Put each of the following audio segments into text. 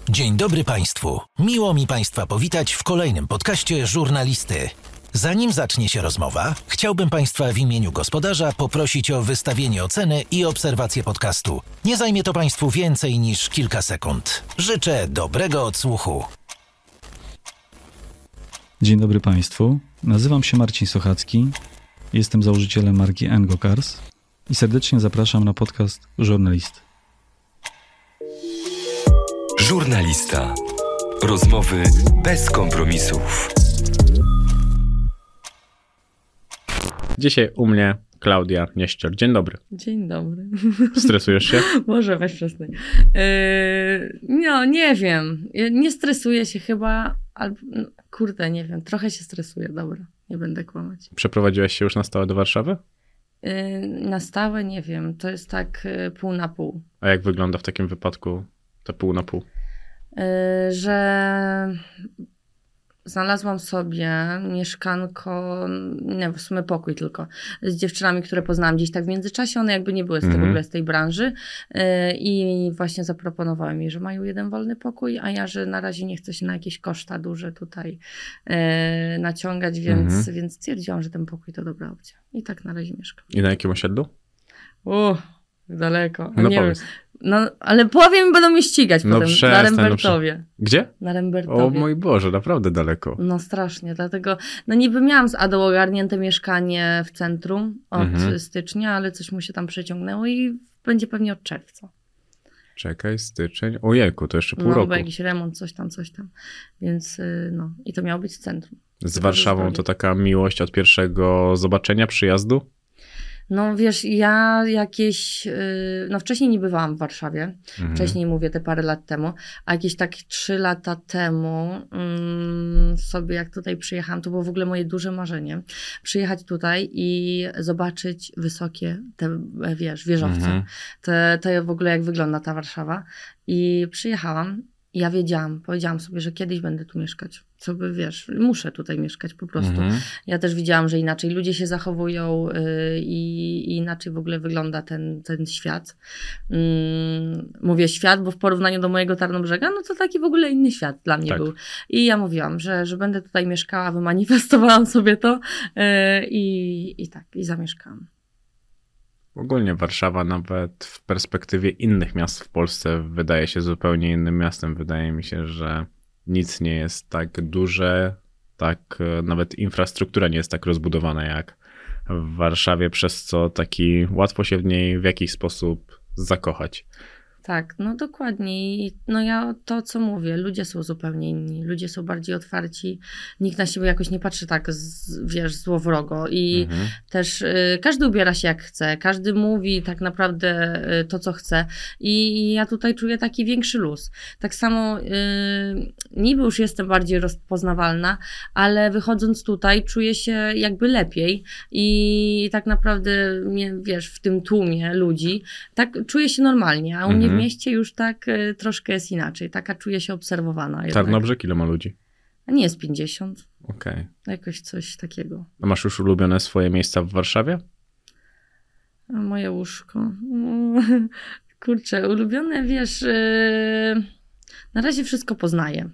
Dzień dobry Państwu. Miło mi Państwa powitać w kolejnym podcaście Żurnalisty. Zanim zacznie się rozmowa, chciałbym Państwa w imieniu gospodarza poprosić o wystawienie oceny i obserwację podcastu. Nie zajmie to Państwu więcej niż kilka sekund. Życzę dobrego odsłuchu. Dzień dobry Państwu. Nazywam się Marcin Sochacki. Jestem założycielem marki Engo Cars i serdecznie zapraszam na podcast Żurnalisty. Żurnalista. Rozmowy bez kompromisów. Dzisiaj u mnie Klaudia Nieszczer. Dzień dobry. Dzień dobry. Stresujesz się? Może weź przestań. No, nie wiem. Nie stresuję się chyba, albo kurde, nie wiem. Trochę się stresuję, dobra. Nie będę kłamać. Przeprowadziłaś się już na stałe do Warszawy? Na stałe nie wiem. To jest tak pół na pół. A jak wygląda w takim wypadku to pół na pół? Że znalazłam sobie mieszkanko, nie, w sumie pokój tylko, z dziewczynami, które poznałam gdzieś tak w międzyczasie. One jakby nie były w ogóle z tej branży i właśnie zaproponowałem mi, że mają jeden wolny pokój, a ja, że na razie nie chcę się na jakieś koszta duże tutaj naciągać, więc stwierdziłam, że ten pokój to dobra opcja. I tak na razie mieszkam. I na jakim osiedlu? Daleko. No nie powiedz. wiem. No, ale powiem, będą mnie ścigać potem na Rembertowie. Gdzie? Na Rembertowie. O mój Boże, naprawdę daleko. No strasznie, dlatego no niby miałam z Adą ogarnięte mieszkanie w centrum od stycznia, ale coś mu się tam przeciągnęło i będzie pewnie od czerwca. Czekaj, styczeń. Ojejku, to jeszcze pół No, roku. bo jakiś remont, coś tam. Więc no i to miało być w centrum. Z Warszawą to taka miłość od pierwszego zobaczenia, przyjazdu? No wiesz, ja jakieś, no wcześniej nie bywałam w Warszawie, wcześniej mówię te parę lat temu, a jakieś tak 3 lata temu sobie jak tutaj przyjechałam, to było w ogóle moje duże marzenie, przyjechać tutaj i zobaczyć wysokie te, wiesz, wieżowce, to w ogóle jak wygląda ta Warszawa i przyjechałam. Ja powiedziałam sobie, że kiedyś będę tu mieszkać. Co by, wiesz, muszę tutaj mieszkać po prostu. Ja też widziałam, że inaczej ludzie się zachowują i inaczej w ogóle wygląda ten świat. Mówię świat, bo w porównaniu do mojego Tarnobrzega, no to taki w ogóle inny świat dla mnie był. I ja mówiłam, że będę tutaj mieszkała, wymanifestowałam sobie to i zamieszkałam. Ogólnie Warszawa nawet w perspektywie innych miast w Polsce wydaje się zupełnie innym miastem. Wydaje mi się, że nic nie jest tak duże, tak nawet infrastruktura nie jest tak rozbudowana jak w Warszawie, przez co taki łatwo się w niej w jakiś sposób zakochać. Tak, no dokładnie. I no ja to, co mówię, ludzie są zupełnie inni, ludzie są bardziej otwarci, nikt na siebie jakoś nie patrzy tak, wiesz, złowrogo i też każdy ubiera się jak chce, każdy mówi tak naprawdę to, co chce i ja tutaj czuję taki większy luz. Tak samo niby już jestem bardziej rozpoznawalna, ale wychodząc tutaj czuję się jakby lepiej i tak naprawdę, wiesz, w tym tłumie ludzi, tak czuję się normalnie, a u mnie w mieście już tak troszkę jest inaczej. Taka czuję się obserwowana. Jednak. Tarnobrzeg ile ma ludzi? A nie jest 50. Okej. Jakoś coś takiego. A masz już ulubione swoje miejsca w Warszawie? A moje łóżko. Kurczę, ulubione, wiesz, na razie wszystko poznaję.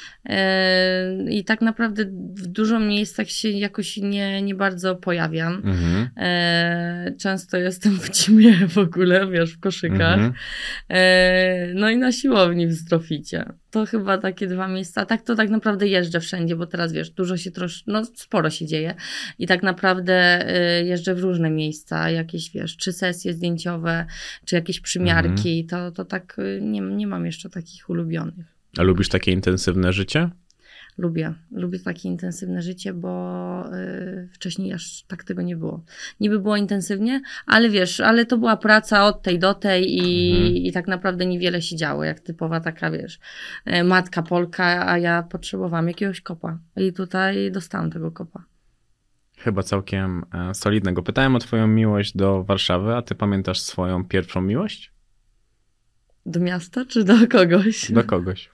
I tak naprawdę w dużo miejscach się jakoś nie bardzo pojawiam. Często jestem w ćmie w ogóle, wiesz, w koszykach. No i na siłowni w Zdroficie. To chyba takie 2 miejsca. Tak to tak naprawdę jeżdżę wszędzie, bo teraz wiesz, dużo się sporo się dzieje i tak naprawdę jeżdżę w różne miejsca, jakieś wiesz, czy sesje zdjęciowe, czy jakieś przymiarki, to tak nie mam jeszcze takich ulubionych. A lubisz takie intensywne życie? Lubię takie intensywne życie, bo wcześniej aż tak tego nie było. Niby było intensywnie, ale wiesz, ale to była praca od tej do tej i tak naprawdę niewiele się działo, jak typowa taka, wiesz, matka Polka, a ja potrzebowałam jakiegoś kopa i tutaj dostałam tego kopa. Chyba całkiem solidnego. Pytałem o twoją miłość do Warszawy, a ty pamiętasz swoją pierwszą miłość? Do miasta czy do kogoś? Do kogoś.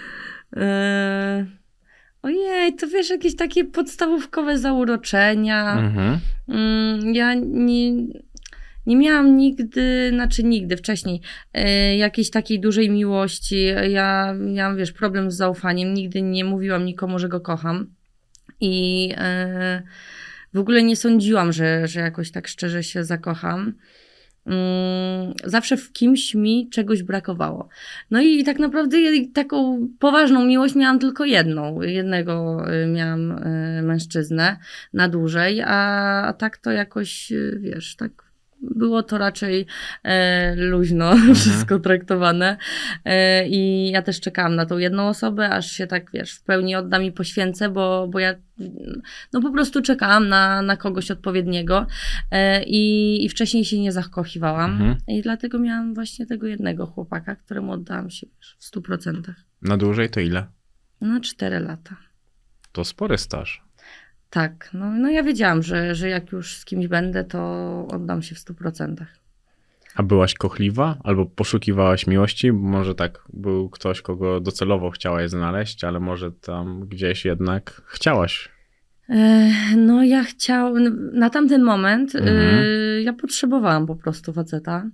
Ojej, to wiesz, jakieś takie podstawówkowe zauroczenia. Ja Nie miałam nigdy wcześniej jakiejś takiej dużej miłości. Ja miałam, wiesz, problem z zaufaniem. Nigdy nie mówiłam nikomu, że go kocham. I w ogóle nie sądziłam, że jakoś tak szczerze się zakocham. Zawsze w kimś mi czegoś brakowało. No i tak naprawdę taką poważną miłość miałam tylko jednego miałam mężczyznę na dłużej, a tak to jakoś, wiesz, tak było to raczej luźno wszystko traktowane i ja też czekałam na tą jedną osobę, aż się tak, wiesz, w pełni oddam i poświęcę, bo ja no po prostu czekałam na kogoś odpowiedniego i wcześniej się nie zakochiwałam i dlatego miałam właśnie tego jednego chłopaka, któremu oddałam się, wiesz, w 100%. Na dłużej to ile? No 4 lata. To spory staż. Tak, no ja wiedziałam, że jak już z kimś będę, to oddam się w 100%. A byłaś kochliwa? Albo poszukiwałaś miłości? Może tak był ktoś, kogo docelowo chciałaś znaleźć, ale może tam gdzieś jednak chciałaś? No ja na tamten moment ja potrzebowałam po prostu faceta.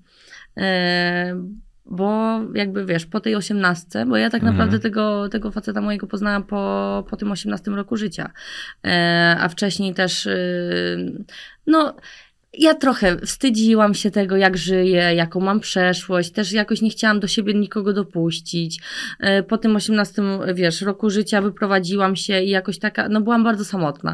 Bo jakby wiesz, po tej 18, bo ja tak naprawdę tego faceta mojego poznałam po tym 18 roku życia. A wcześniej też, no ja trochę wstydziłam się tego, jak żyję, jaką mam przeszłość, też jakoś nie chciałam do siebie nikogo dopuścić. Po tym 18, wiesz, roku życia wyprowadziłam się i jakoś taka, no byłam bardzo samotna.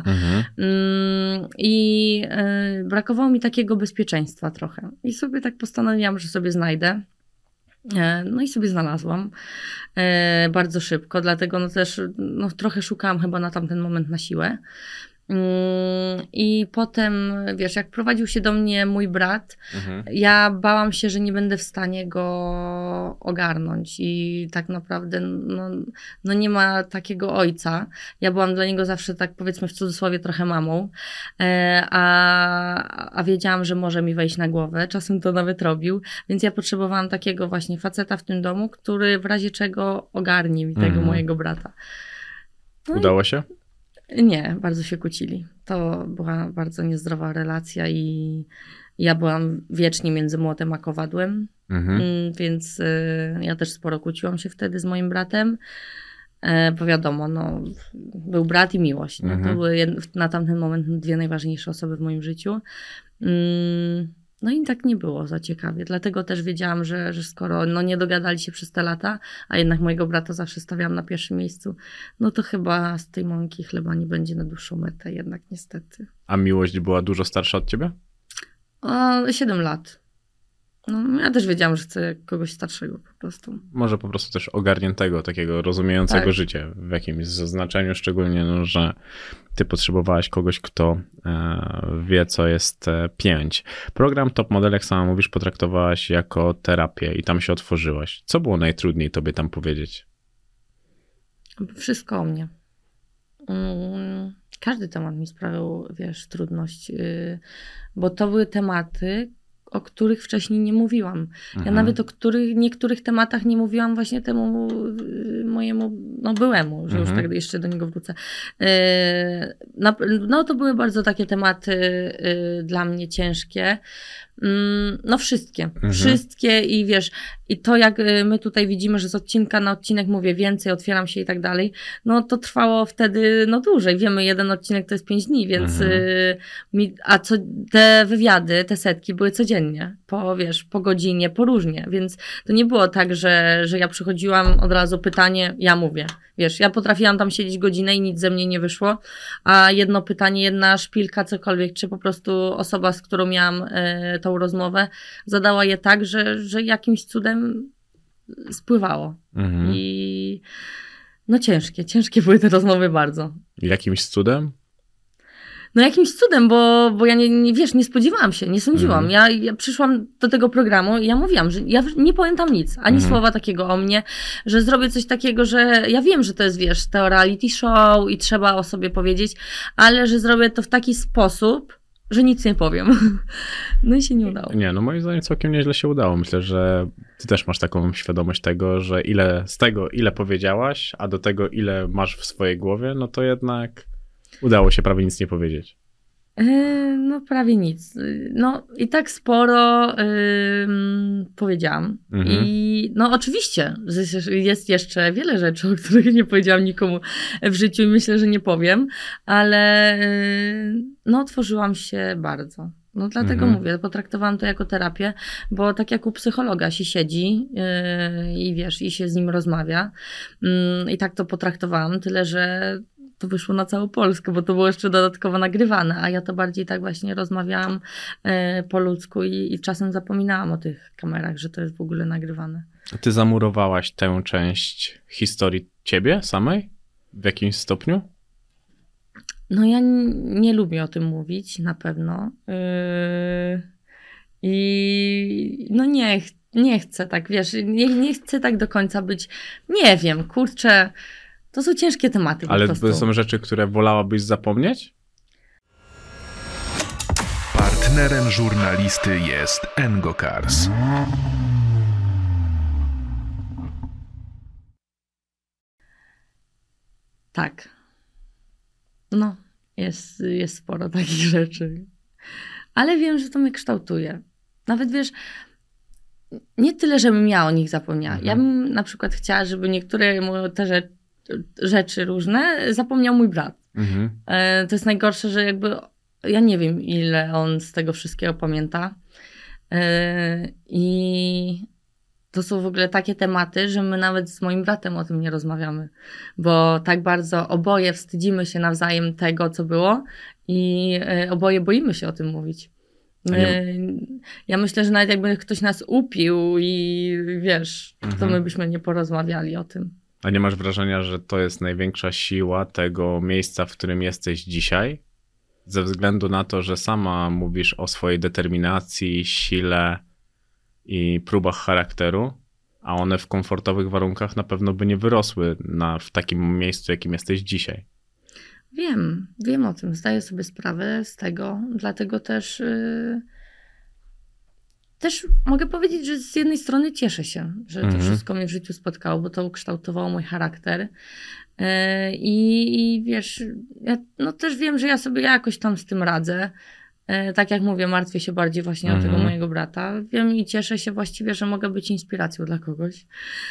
I brakowało mi takiego bezpieczeństwa trochę. I sobie tak postanowiłam, że sobie znajdę. No i sobie znalazłam bardzo szybko, dlatego no też no, trochę szukałam chyba na tamten moment na siłę. I potem, wiesz, jak prowadził się do mnie mój brat, ja bałam się, że nie będę w stanie go ogarnąć i tak naprawdę no nie ma takiego ojca. Ja byłam dla niego zawsze tak, powiedzmy w cudzysłowie, trochę mamą, a wiedziałam, że może mi wejść na głowę, czasem to nawet robił, więc ja potrzebowałam takiego właśnie faceta w tym domu, który w razie czego ogarnie mi tego mojego brata. No udało się? Nie, bardzo się kłócili. To była bardzo niezdrowa relacja i ja byłam wiecznie między młotem a kowadłem, więc ja też sporo kłóciłam się wtedy z moim bratem, bo wiadomo, no, był brat i miłość. No, to były na tamten moment 2 najważniejsze osoby w moim życiu. No i tak nie było za ciekawie, dlatego też wiedziałam, że skoro no nie dogadali się przez te lata, a jednak mojego brata zawsze stawiałam na pierwszym miejscu, no to chyba z tej mąki chleba nie będzie na dłuższą metę, jednak niestety. A miłość była dużo starsza od ciebie? 7 lat. No, ja też wiedziałam, że chcę kogoś starszego po prostu. Może po prostu też ogarniętego, takiego rozumiejącego życie w jakimś znaczeniu, szczególnie, no, że ty potrzebowałaś kogoś, kto wie, co jest pięć. Program Top Model, jak sama mówisz, potraktowałaś jako terapię i tam się otworzyłaś. Co było najtrudniej tobie tam powiedzieć? Wszystko o mnie. Każdy temat mi sprawiał, wiesz, trudność, bo to były tematy, o których wcześniej nie mówiłam. Ja nawet o niektórych tematach nie mówiłam właśnie temu mojemu, no byłemu, że już tak jeszcze do niego wrócę. No to były bardzo takie tematy dla mnie ciężkie. No wszystkie i wiesz, i to jak my tutaj widzimy, że z odcinka na odcinek mówię więcej, otwieram się i tak dalej, no to trwało wtedy no dłużej. Wiemy, jeden odcinek to jest 5 dni, więc te wywiady, te setki były codziennie, po godzinie, po różnie, więc to nie było tak, że ja przychodziłam od razu pytanie, ja mówię. Wiesz, ja potrafiłam tam siedzieć godzinę i nic ze mnie nie wyszło, a jedno pytanie, jedna szpilka, cokolwiek, czy po prostu osoba, z którą miałam tą rozmowę, zadała je tak, że jakimś cudem spływało. I no ciężkie były te rozmowy bardzo. Jakimś cudem? No jakimś cudem, bo ja nie spodziewałam się, nie sądziłam. Ja przyszłam do tego programu i ja mówiłam, że ja nie powiem tam nic, ani słowa takiego o mnie, że zrobię coś takiego, że ja wiem, że to jest, wiesz, to reality show i trzeba o sobie powiedzieć, ale że zrobię to w taki sposób, że nic nie powiem. No i się nie udało. Nie, no moim zdaniem całkiem nieźle się udało. Myślę, że ty też masz taką świadomość tego, że ile powiedziałaś, a do tego ile masz w swojej głowie, no to jednak udało się prawie nic nie powiedzieć. No prawie nic. No i tak sporo powiedziałam. I no oczywiście jest jeszcze wiele rzeczy, o których nie powiedziałam nikomu w życiu i myślę, że nie powiem, ale no otworzyłam się bardzo. No dlatego mówię, potraktowałam to jako terapię, bo tak jak u psychologa się siedzi i wiesz, i się z nim rozmawia. I tak to potraktowałam, tyle że to wyszło na całą Polskę, bo to było jeszcze dodatkowo nagrywane, a ja to bardziej tak właśnie rozmawiałam po ludzku i czasem zapominałam o tych kamerach, że to jest w ogóle nagrywane. Ty zamurowałaś tę część historii ciebie samej? W jakimś stopniu? No ja nie lubię o tym mówić, na pewno. I no nie chcę tak, wiesz, nie chcę tak do końca być, nie wiem, kurczę, to są ciężkie tematy po Ale prostu. to są rzeczy, które wolałabyś zapomnieć? Partnerem żurnalisty jest Engokars. Tak. No, jest sporo takich rzeczy. Ale wiem, że to mnie kształtuje. Nawet wiesz, nie tyle, żebym ja o nich zapomniała. Ja bym na przykład chciała, żeby niektóre te rzeczy różne zapomniał mój brat. To jest najgorsze, że jakby ja nie wiem, ile on z tego wszystkiego pamięta. I to są w ogóle takie tematy, że my nawet z moim bratem o tym nie rozmawiamy, bo tak bardzo oboje wstydzimy się nawzajem tego, co było i oboje boimy się o tym mówić. Ja myślę, że nawet jakby ktoś nas upił i wiesz, to my byśmy nie porozmawiali o tym. A nie masz wrażenia, że to jest największa siła tego miejsca, w którym jesteś dzisiaj? Ze względu na to, że sama mówisz o swojej determinacji, sile i próbach charakteru, a one w komfortowych warunkach na pewno by nie wyrosły w takim miejscu, jakim jesteś dzisiaj. Wiem o tym, zdaję sobie sprawę z tego, dlatego też mogę powiedzieć, że z jednej strony cieszę się, że to wszystko mnie w życiu spotkało, bo to ukształtowało mój charakter. I wiesz, ja no też wiem, że ja sobie jakoś tam z tym radzę. Tak jak mówię, martwię się bardziej właśnie o tego mojego brata. Wiem i cieszę się właściwie, że mogę być inspiracją dla kogoś,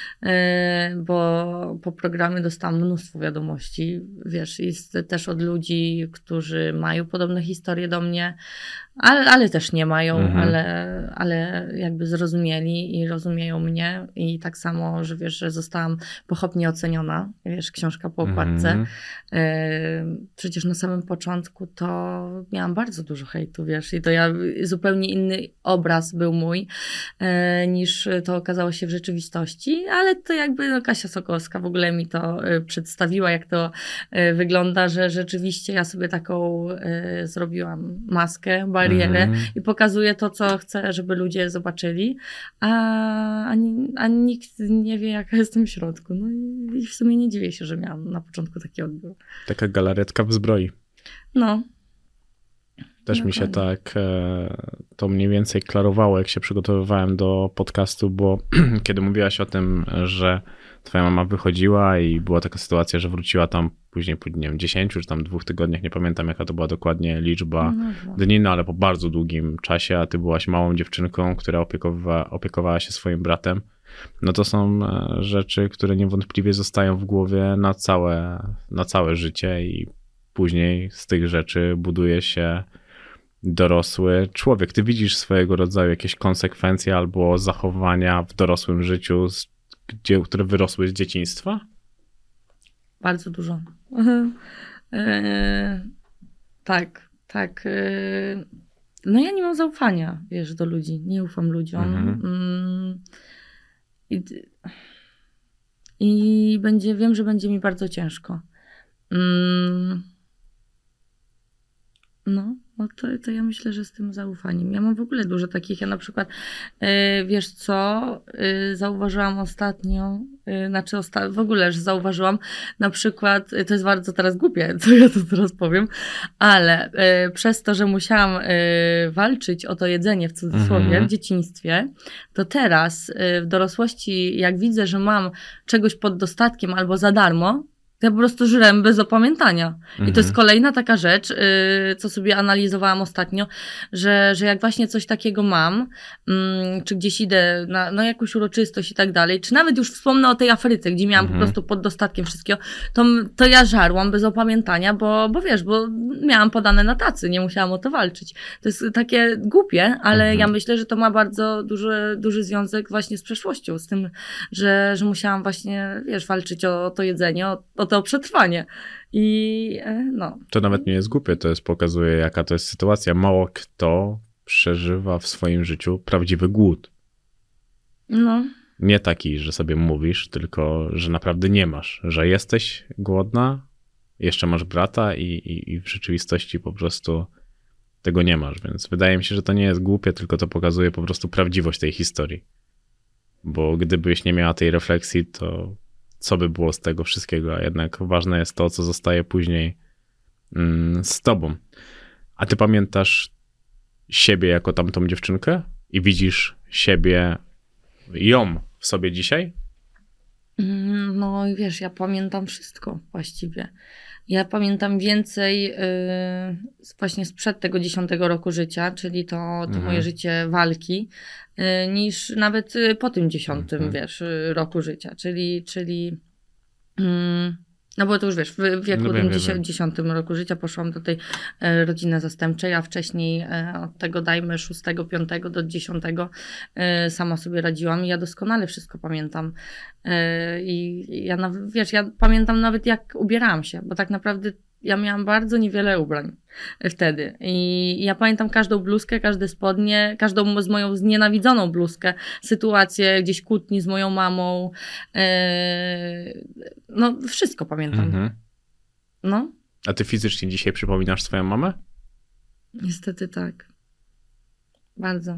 bo po programie dostałam mnóstwo wiadomości. Wiesz, jest też od ludzi, którzy mają podobne historie do mnie, ale też nie mają, ale jakby zrozumieli i rozumieją mnie i tak samo, że wiesz, że zostałam pochopnie oceniona, wiesz, książka po okładce. Przecież na samym początku to miałam bardzo dużo hejtu, wiesz, i to zupełnie inny obraz był mój, niż to okazało się w rzeczywistości, ale to jakby no, Kasia Sokołowska w ogóle mi to przedstawiła, jak to wygląda, że rzeczywiście ja sobie taką zrobiłam maskę, barierę i pokazuję to, co chcę, żeby ludzie zobaczyli, a nikt nie wie, jaka jestem w środku. No i w sumie nie dziwię się, że miałam na początku taki odbiór. Taka galaretka w zbroi. No. Też mi się tak to mniej więcej klarowało, jak się przygotowywałem do podcastu, bo kiedy mówiłaś o tym, że twoja mama wychodziła i była taka sytuacja, że wróciła tam później po, nie wiem, 10 czy tam 2 tygodniach, nie pamiętam jaka to była dokładnie liczba dni, no ale po bardzo długim czasie, a ty byłaś małą dziewczynką, która opiekowała się swoim bratem, no to są rzeczy, które niewątpliwie zostają w głowie na całe życie i później z tych rzeczy buduje się dorosły człowiek. Ty widzisz swojego rodzaju jakieś konsekwencje albo zachowania w dorosłym życiu, które wyrosły z dzieciństwa? Bardzo dużo. Tak. No ja nie mam zaufania, wiesz, do ludzi. Nie ufam ludziom. I wiem, że będzie mi bardzo ciężko. No to ja myślę, że z tym zaufaniem. Ja mam w ogóle dużo takich, ja na przykład, wiesz co, zauważyłam ostatnio, w ogóle, że zauważyłam, na przykład, to jest bardzo teraz głupie, co ja to teraz powiem, ale przez to, że musiałam walczyć o to jedzenie w cudzysłowie w dzieciństwie, to teraz w dorosłości, jak widzę, że mam czegoś pod dostatkiem albo za darmo, Ja po prostu żrem bez opamiętania. I to jest kolejna taka rzecz, co sobie analizowałam ostatnio, że jak właśnie coś takiego mam, czy gdzieś idę na jakąś uroczystość i tak dalej, czy nawet już wspomnę o tej Afryce, gdzie miałam po prostu pod dostatkiem wszystkiego, to ja żarłam bez opamiętania, bo wiesz, bo miałam podane na tacy, nie musiałam o to walczyć. To jest takie głupie, ale ja myślę, że to ma bardzo duży związek właśnie z przeszłością, z tym, że musiałam właśnie, wiesz, walczyć o to jedzenie, o to przetrwanie. I no. To nawet nie jest głupie, to pokazuje, jaka to jest sytuacja. Mało kto przeżywa w swoim życiu prawdziwy głód. No. Nie taki, że sobie mówisz, tylko że naprawdę nie masz. Że jesteś głodna, jeszcze masz brata i w rzeczywistości po prostu tego nie masz. Więc wydaje mi się, że to nie jest głupie, tylko to pokazuje po prostu prawdziwość tej historii. Bo gdybyś nie miała tej refleksji, to co by było z tego wszystkiego, a jednak ważne jest to, co zostaje później z tobą. A ty pamiętasz siebie jako tamtą dziewczynkę i widzisz ją w sobie dzisiaj? No i wiesz, ja pamiętam wszystko właściwie. Ja pamiętam więcej właśnie sprzed tego 10 roku życia, czyli to moje życie walki, niż nawet po tym 10, wiesz, roku życia. Czyli no bo to już wiesz, w wieku tym 10 roku życia poszłam do tej rodziny zastępczej, a wcześniej od tego dajmy 6, 5 do 10 sama sobie radziłam i ja doskonale wszystko pamiętam. I ja, wiesz, ja pamiętam nawet jak ubierałam się, bo tak naprawdę ja miałam bardzo niewiele ubrań wtedy. I ja pamiętam każdą bluzkę, każde spodnie, każdą z moją znienawidzoną bluzkę, sytuację gdzieś kłótni z moją mamą. No, wszystko pamiętam. No. A ty fizycznie dzisiaj przypominasz swoją mamę? Niestety tak. Bardzo.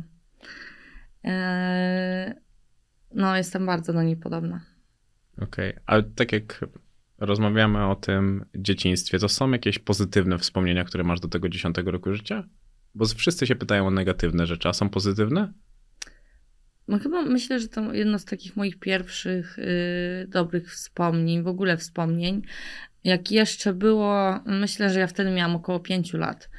No, jestem bardzo do niej podobna. Okej. Ale tak jak rozmawiamy o tym dzieciństwie, to są jakieś pozytywne wspomnienia, które masz do tego 10 roku życia? Bo wszyscy się pytają o negatywne rzeczy, a są pozytywne? No chyba myślę, że to jedno z takich moich pierwszych dobrych wspomnień, w ogóle wspomnień. Jak jeszcze było, myślę, że ja wtedy miałam około 5 lat.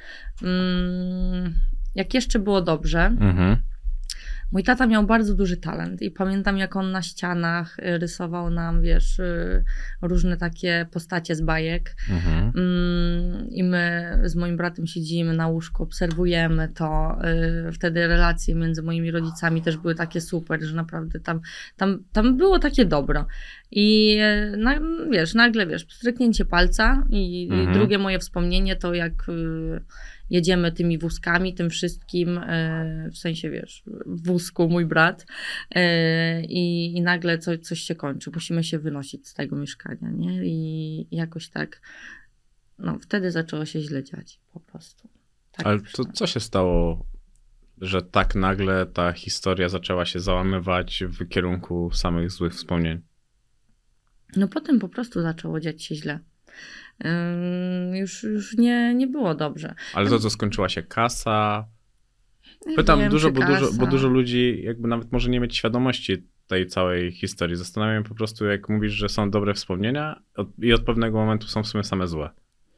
Jak jeszcze było dobrze, mój tata miał bardzo duży talent i pamiętam, jak on na ścianach rysował nam, wiesz, różne takie postacie z bajek. I my z moim bratem siedzimy na łóżku, obserwujemy to. Wtedy relacje między moimi rodzicami też były takie super, że naprawdę tam było takie dobro. I wiesz, nagle, wiesz, stryknięcie palca i drugie moje wspomnienie to jak jedziemy tymi wózkami, tym wszystkim, w sensie, wiesz, w wózku mój brat i nagle coś się kończy. Musimy się wynosić z tego mieszkania, nie? I jakoś tak, no wtedy zaczęło się źle dziać po prostu. Tak. Ale to co się stało, że tak nagle ta historia zaczęła się załamywać w kierunku samych złych wspomnień? No potem po prostu zaczęło dziać się źle. Już nie było dobrze. Ale to co, skończyła się kasa? Pytam bo dużo ludzi jakby nawet może nie mieć świadomości tej całej historii. Zastanawiam się po prostu, jak mówisz, że są dobre wspomnienia i od pewnego momentu są w sumie same złe.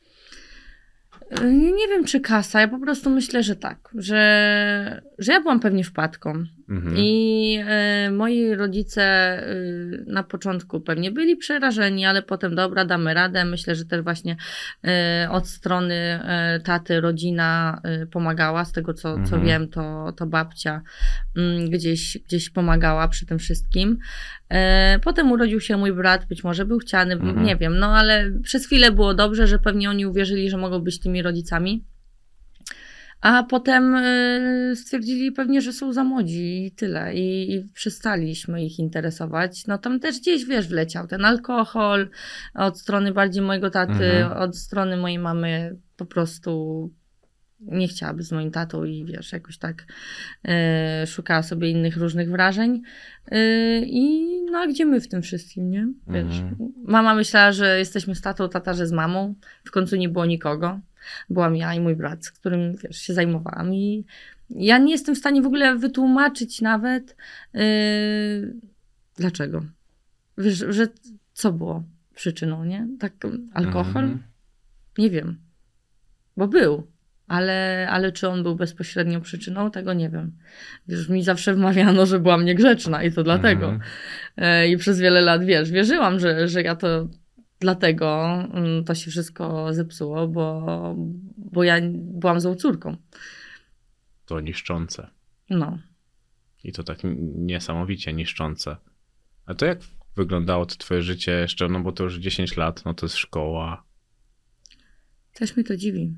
Nie wiem, czy kasa. Ja po prostu myślę, że tak. Że ja byłam pewnie wpadką. I moi rodzice na początku pewnie byli przerażeni, ale potem dobra, damy radę. Myślę, że też właśnie od strony taty rodzina pomagała. Z tego, co wiem, to babcia gdzieś pomagała przy tym wszystkim. Potem urodził się mój brat, być może był chciany, nie wiem, no ale przez chwilę było dobrze, że pewnie oni uwierzyli, że mogą być tymi rodzicami. A potem stwierdzili pewnie, że są za młodzi i tyle. I przestaliśmy ich interesować. No tam też gdzieś, wiesz, wleciał ten alkohol od strony bardziej mojego taty, od strony mojej mamy po prostu nie chciała być z moim tatą i wiesz, jakoś tak szukała sobie innych różnych wrażeń. I no a gdzie my w tym wszystkim, nie? Wiesz, mama myślała, że jesteśmy z tatą, tata, że z mamą. W końcu nie było nikogo. Byłam ja i mój brat, z którym, wiesz, się zajmowałam i ja nie jestem w stanie w ogóle wytłumaczyć nawet dlaczego. Wiesz, że co było? przyczyną, nie? Tak alkohol? Nie wiem. Bo był. Ale czy on był bezpośrednią przyczyną? Tego nie wiem. Wiesz, mi zawsze wmawiano, że byłam niegrzeczna i to dlatego. I przez wiele lat, wiesz, wierzyłam, że ja to dlatego to się wszystko zepsuło, bo ja byłam złą córką. To niszczące. No. I to tak niesamowicie niszczące. A to jak wyglądało to twoje życie jeszcze, no bo to już 10 lat, no to jest szkoła. Też mnie to dziwi.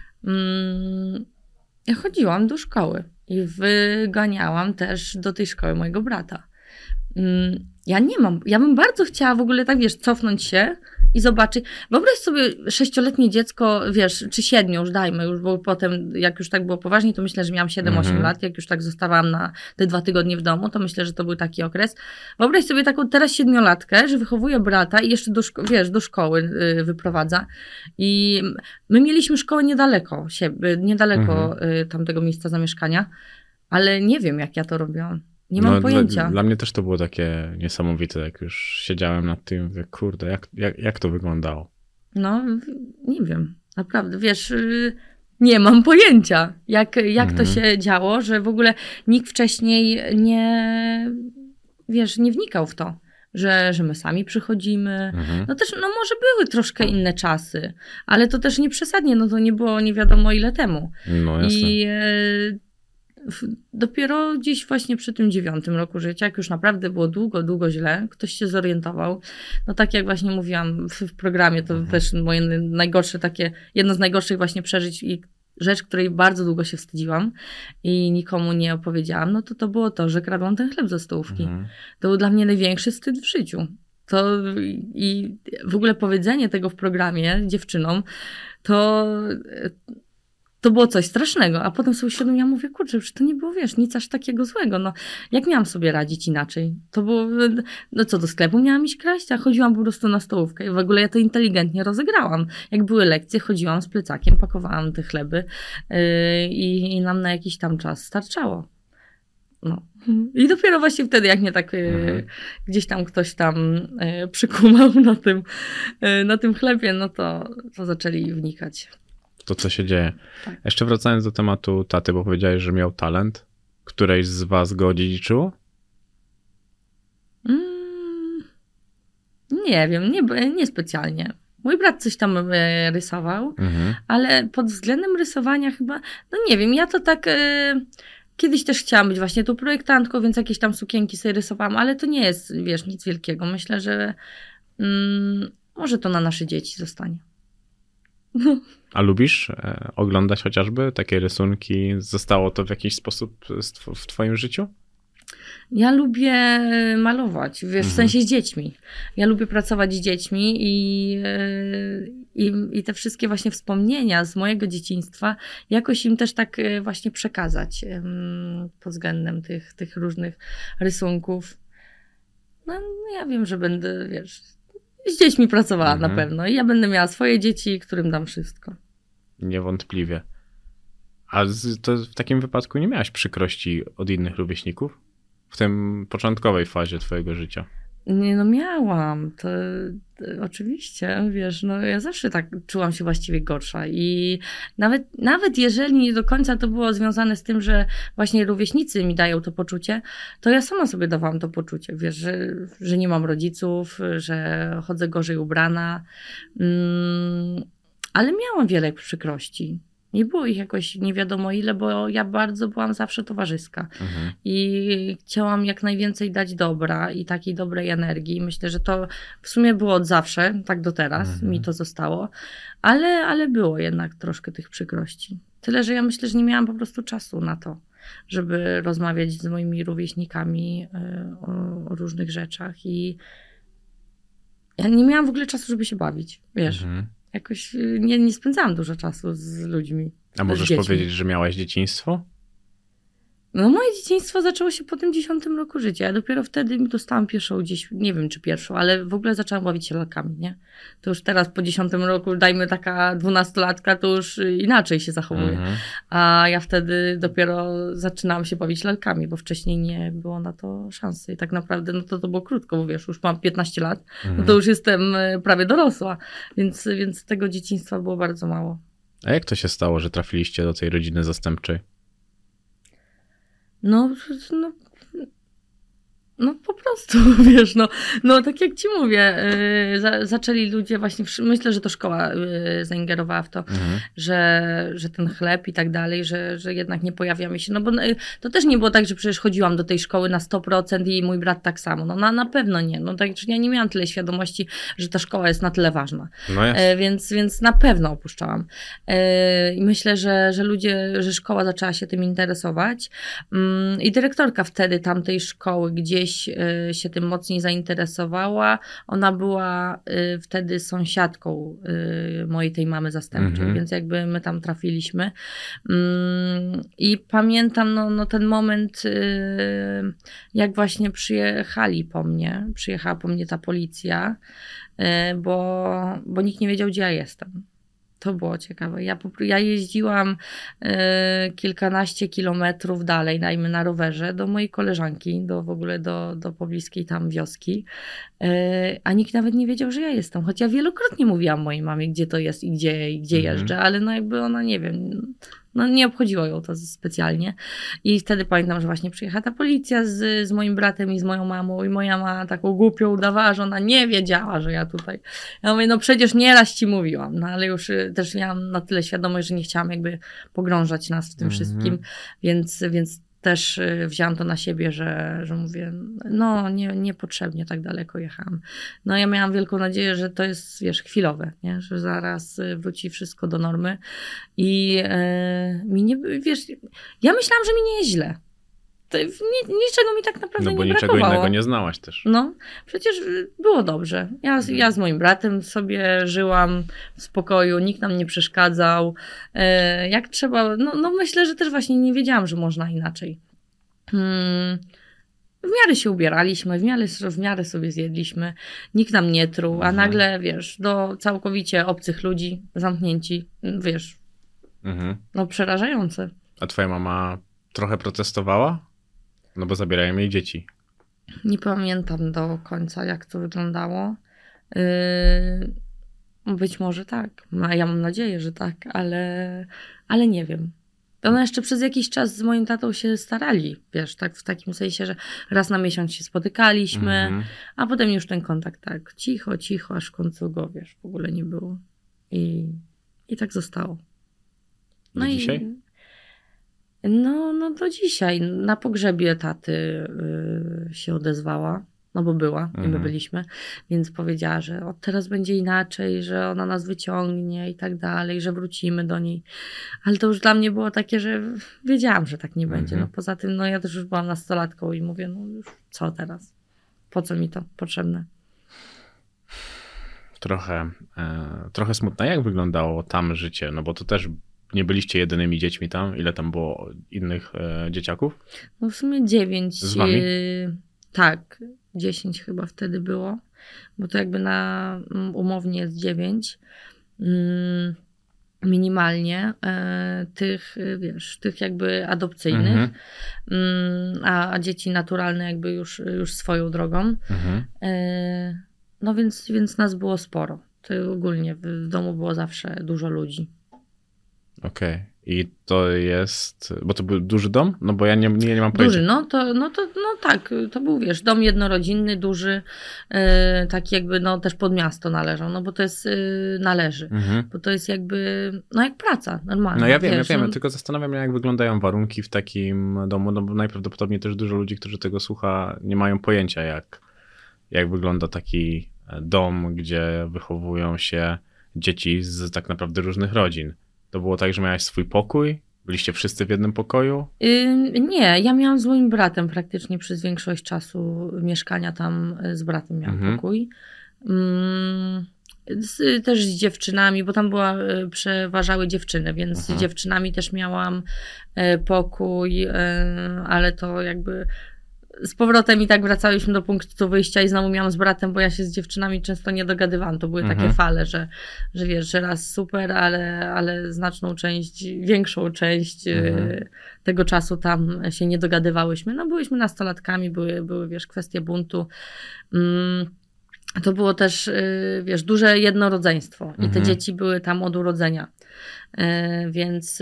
Ja chodziłam do szkoły i wyganiałam też do tej szkoły mojego brata. Ja bym bardzo chciała w ogóle tak, wiesz, cofnąć się i zobaczyć. Wyobraź sobie 6-letnie dziecko, wiesz, czy 7 już dajmy, już, bo potem jak już tak było poważnie, to myślę, że miałam 7-8 lat, jak już tak zostawałam na te 2 tygodnie w domu, to myślę, że to był taki okres. Wyobraź sobie taką teraz 7-latkę, że wychowuje brata i jeszcze do szkoły wyprowadza. I my mieliśmy szkołę niedaleko tamtego miejsca zamieszkania, ale nie wiem, jak ja to robiłam. Nie mam pojęcia. Dla mnie też to było takie niesamowite, jak już siedziałem nad tym, mówię, kurde, jak to wyglądało? No, nie wiem. Naprawdę, wiesz, nie mam pojęcia, jak to się działo, że w ogóle nikt wcześniej nie wnikał w to, że my sami przychodzimy. No też, no może były troszkę inne czasy, ale to też nie przesadnie, no to nie było nie wiadomo ile temu. No jasne. I dopiero gdzieś właśnie przy tym 9 roku życia, jak już naprawdę było długo źle, ktoś się zorientował. No tak jak właśnie mówiłam w programie, to też moje najgorsze takie, jedno z najgorszych właśnie przeżyć i rzecz, której bardzo długo się wstydziłam i nikomu nie opowiedziałam, no to było to, że kradłam ten chleb ze stołówki. To był dla mnie największy wstyd w życiu. I w ogóle powiedzenie tego w programie dziewczynom, to było coś strasznego, a potem sobie uświadomiłam, mówię, kurczę, że to nie było, wiesz, nic aż takiego złego, no jak miałam sobie radzić inaczej? To było, no co, do sklepu miałam iść kraść, a chodziłam po prostu na stołówkę i w ogóle ja to inteligentnie rozegrałam. Jak były lekcje, chodziłam z plecakiem, pakowałam te chleby i nam na jakiś tam czas starczało. No. I dopiero właśnie wtedy, jak mnie tak gdzieś tam ktoś tam przykumał na tym chlebie, no to zaczęli wnikać. To, co się dzieje. Tak. Jeszcze wracając do tematu taty, bo powiedziałeś, że miał talent. Któreś z was go odziedziczyło? Nie wiem, nie specjalnie. Mój brat coś tam rysował, ale pod względem rysowania chyba, no nie wiem, ja to tak kiedyś też chciałam być właśnie tą projektantką, więc jakieś tam sukienki sobie rysowałam, ale to nie jest, wiesz, nic wielkiego. Myślę, że może to na nasze dzieci zostanie. A lubisz oglądać chociażby takie rysunki? Zostało to w jakiś sposób w twoim życiu? Ja lubię malować, wiesz, w sensie z dziećmi. Ja lubię pracować z dziećmi i te wszystkie właśnie wspomnienia z mojego dzieciństwa jakoś im też tak właśnie przekazać pod względem tych różnych rysunków. No ja wiem, że będę, wiesz, z dziećmi pracowała na pewno i ja będę miała swoje dzieci, którym dam wszystko. Niewątpliwie. A to w takim wypadku nie miałaś przykrości od innych rówieśników? W tym początkowej fazie twojego życia? Nie, no miałam. To oczywiście, wiesz, no ja zawsze tak czułam się właściwie gorsza i nawet jeżeli nie do końca to było związane z tym, że właśnie rówieśnicy mi dają to poczucie, to ja sama sobie dawałam to poczucie, wiesz, że nie mam rodziców, że chodzę gorzej ubrana, ale miałam wiele przykrości. Nie było ich jakoś nie wiadomo ile, bo ja bardzo byłam zawsze towarzyska. I chciałam jak najwięcej dać dobra i takiej dobrej energii. Myślę, że to w sumie było od zawsze, tak do teraz mi to zostało. Ale było jednak troszkę tych przykrości. Tyle, że ja myślę, że nie miałam po prostu czasu na to, żeby rozmawiać z moimi rówieśnikami o różnych rzeczach. I ja nie miałam w ogóle czasu, żeby się bawić, wiesz. Jakoś nie spędzałam dużo czasu z ludźmi. A możesz powiedzieć, że miałaś dzieciństwo? No moje dzieciństwo zaczęło się po tym 10 roku życia. Ja dopiero wtedy dostałam pierwszą gdzieś, nie wiem czy pierwszą, ale w ogóle zaczęłam bawić się lalkami, nie? To już teraz po 10 roku, dajmy taka 12-latka, to już inaczej się zachowuje. A ja wtedy dopiero zaczynałam się bawić lalkami, bo wcześniej nie było na to szansy. I tak naprawdę no to było krótko, bo wiesz, już mam 15 lat, no to już jestem prawie dorosła, więc tego dzieciństwa było bardzo mało. A jak to się stało, że trafiliście do tej rodziny zastępczej? No po prostu, wiesz, no tak jak ci mówię, zaczęli ludzie właśnie, myślę, że to szkoła zaingerowała w to, że ten chleb i tak dalej, że jednak nie pojawiamy się, no bo to też nie było tak, że przecież chodziłam do tej szkoły na 100% i mój brat tak samo, no na pewno nie, no tak, ja nie miałam tyle świadomości, że ta szkoła jest na tyle ważna, no więc na pewno opuszczałam i myślę, że że szkoła zaczęła się tym interesować i dyrektorka wtedy tamtej szkoły gdzieś się tym mocniej zainteresowała. Ona była wtedy sąsiadką mojej tej mamy zastępczej, więc jakby my tam trafiliśmy. I pamiętam ten moment, jak właśnie przyjechała po mnie ta policja, bo nikt nie wiedział, gdzie ja jestem. To było ciekawe. Ja jeździłam kilkanaście kilometrów dalej, dajmy na rowerze, do mojej koleżanki, w ogóle do pobliskiej tam wioski, a nikt nawet nie wiedział, że ja jestem. Choć ja wielokrotnie mówiłam mojej mamie, gdzie to jest i gdzie jeżdżę, ale no jakby ona, nie wiem, no nie obchodziło ją to specjalnie. I wtedy pamiętam, że właśnie przyjechała ta policja z moim bratem i z moją mamą i moja mama taką głupią udawała, że ona nie wiedziała, że ja tutaj. Ja mówię, no przecież nieraz ci mówiłam, no ale już też miałam na tyle świadomość, że nie chciałam jakby pogrążać nas w tym wszystkim, więc też wzięłam to na siebie, że mówię, no niepotrzebnie tak daleko jechałam. No ja miałam wielką nadzieję, że to jest, wiesz, chwilowe, nie? Że zaraz wróci wszystko do normy i ja myślałam, że mi nie jest źle. Niczego mi tak naprawdę nie brakowało. No bo niczego innego nie znałaś też. No, przecież było dobrze. Ja z moim bratem sobie żyłam w spokoju, nikt nam nie przeszkadzał. Jak trzeba, no myślę, że też właśnie nie wiedziałam, że można inaczej. W miarę się ubieraliśmy, w miarę sobie zjedliśmy, nikt nam nie truł, a nagle, wiesz, do całkowicie obcych ludzi, zamknięci, wiesz, no przerażające. A twoja mama trochę protestowała? No bo zabierają jej dzieci. Nie pamiętam do końca, jak to wyglądało. Być może tak. Ja mam nadzieję, że tak, ale nie wiem. Ona jeszcze przez jakiś czas z moim tatą się starali, wiesz, tak w takim sensie, że raz na miesiąc się spotykaliśmy, a potem już ten kontakt tak cicho, aż w końcu go, wiesz, w ogóle nie było. I tak zostało. No i dzisiaj? No do dzisiaj. Na pogrzebie taty się odezwała, no bo była i my byliśmy, więc powiedziała, że od teraz będzie inaczej, że ona nas wyciągnie i tak dalej, że wrócimy do niej. Ale to już dla mnie było takie, że wiedziałam, że tak nie będzie. No poza tym, no ja też już byłam nastolatką i mówię, no już co teraz? Po co mi to potrzebne? Trochę smutne. Jak wyglądało tam życie? No bo to też nie byliście jedynymi dziećmi tam? Ile tam było innych dzieciaków? No w sumie 9. Z wami? Tak, 10 chyba wtedy było, bo to jakby na umownie jest 9. Minimalnie tych jakby adopcyjnych, a dzieci naturalne jakby już swoją drogą. No więc nas było sporo. To ogólnie w domu było zawsze dużo ludzi. Okej. I to jest, bo to był duży dom? No bo ja nie mam pojęcia. Duży, no tak, to był, wiesz, dom jednorodzinny, duży, taki jakby, no też pod miasto należał, no bo to jest, należy, bo to jest jakby, no jak praca, normalnie. No ja wiem, tylko zastanawiam się, jak wyglądają warunki w takim domu, no bo najprawdopodobniej też dużo ludzi, którzy tego słucha, nie mają pojęcia, jak wygląda taki dom, gdzie wychowują się dzieci z tak naprawdę różnych rodzin. To było tak, że miałaś swój pokój? Byliście wszyscy w jednym pokoju? Nie, ja miałam z moim bratem praktycznie przez większość czasu mieszkania tam z bratem miałam pokój. Też z dziewczynami, bo tam przeważały dziewczyny, więc z dziewczynami też miałam pokój, ale to jakby z powrotem i tak wracałyśmy do punktu wyjścia i znowu miałam z bratem, bo ja się z dziewczynami często nie dogadywałam. To były takie fale, że wiesz, że raz super, ale znaczną część, większą część tego czasu tam się nie dogadywałyśmy. No byłyśmy nastolatkami, były wiesz, kwestie buntu. To było też, wiesz, duże jednorodzeństwo i te dzieci były tam od urodzenia. Więc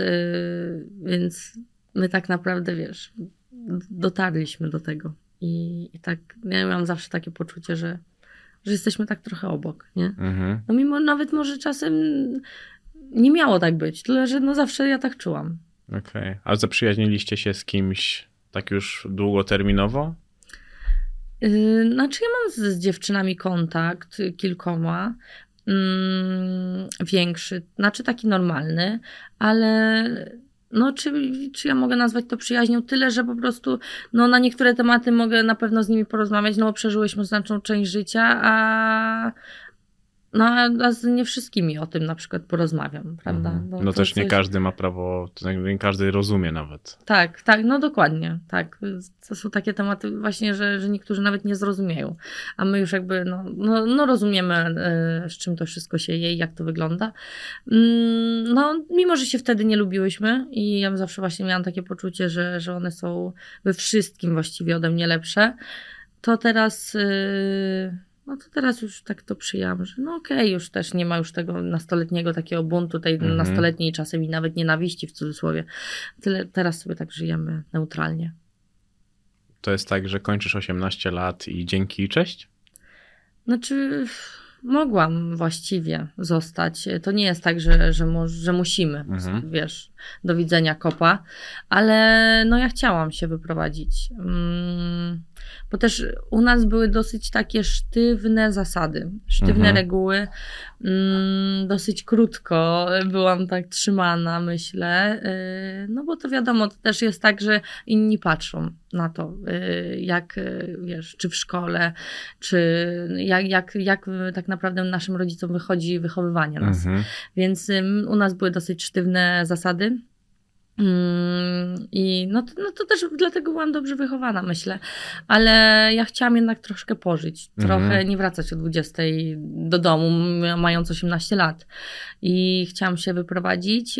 my tak naprawdę, wiesz, dotarliśmy do tego. I tak ja miałam zawsze takie poczucie, że jesteśmy tak trochę obok, nie? No mimo nawet może czasem nie miało tak być, tyle że no zawsze ja tak czułam. Okej. A zaprzyjaźniliście się z kimś tak już długoterminowo? Znaczy ja mam z dziewczynami kontakt, kilkoma, większy, znaczy taki normalny, ale no czy ja mogę nazwać to przyjaźnią? Tyle, że po prostu no na niektóre tematy mogę na pewno z nimi porozmawiać, no bo przeżyłyśmy znaczną część życia, a z nie wszystkimi o tym na przykład porozmawiam, prawda? No też nie każdy ma prawo, nie każdy rozumie nawet. Tak, no dokładnie, tak. To są takie tematy właśnie, że niektórzy nawet nie zrozumieją, a my już jakby no rozumiemy, z czym to wszystko się je i jak to wygląda. No mimo, że się wtedy nie lubiłyśmy i ja zawsze właśnie miałam takie poczucie, że one są we wszystkim właściwie ode mnie lepsze, to teraz... No to teraz już tak to przyjęłam, że no okej, już też nie ma już tego nastoletniego takiego buntu, tej nastoletniej czasem i nawet nienawiści w cudzysłowie. Teraz sobie tak żyjemy neutralnie. To jest tak, że kończysz 18 lat i dzięki i cześć? Znaczy mogłam właściwie zostać. To nie jest tak, że musimy, wiesz, do widzenia kopa, ale no ja chciałam się wyprowadzić. Bo też u nas były dosyć takie sztywne zasady, sztywne reguły. Dosyć krótko byłam tak trzymana, myślę. No bo to wiadomo, to też jest tak, że inni patrzą na to, jak, wiesz, czy w szkole, czy jak tak naprawdę naszym rodzicom wychodzi wychowywanie nas. Więc u nas były dosyć sztywne zasady. I no to też dlatego byłam dobrze wychowana, myślę, ale ja chciałam jednak troszkę pożyć, trochę nie wracać o 20 do domu, mając 18 lat i chciałam się wyprowadzić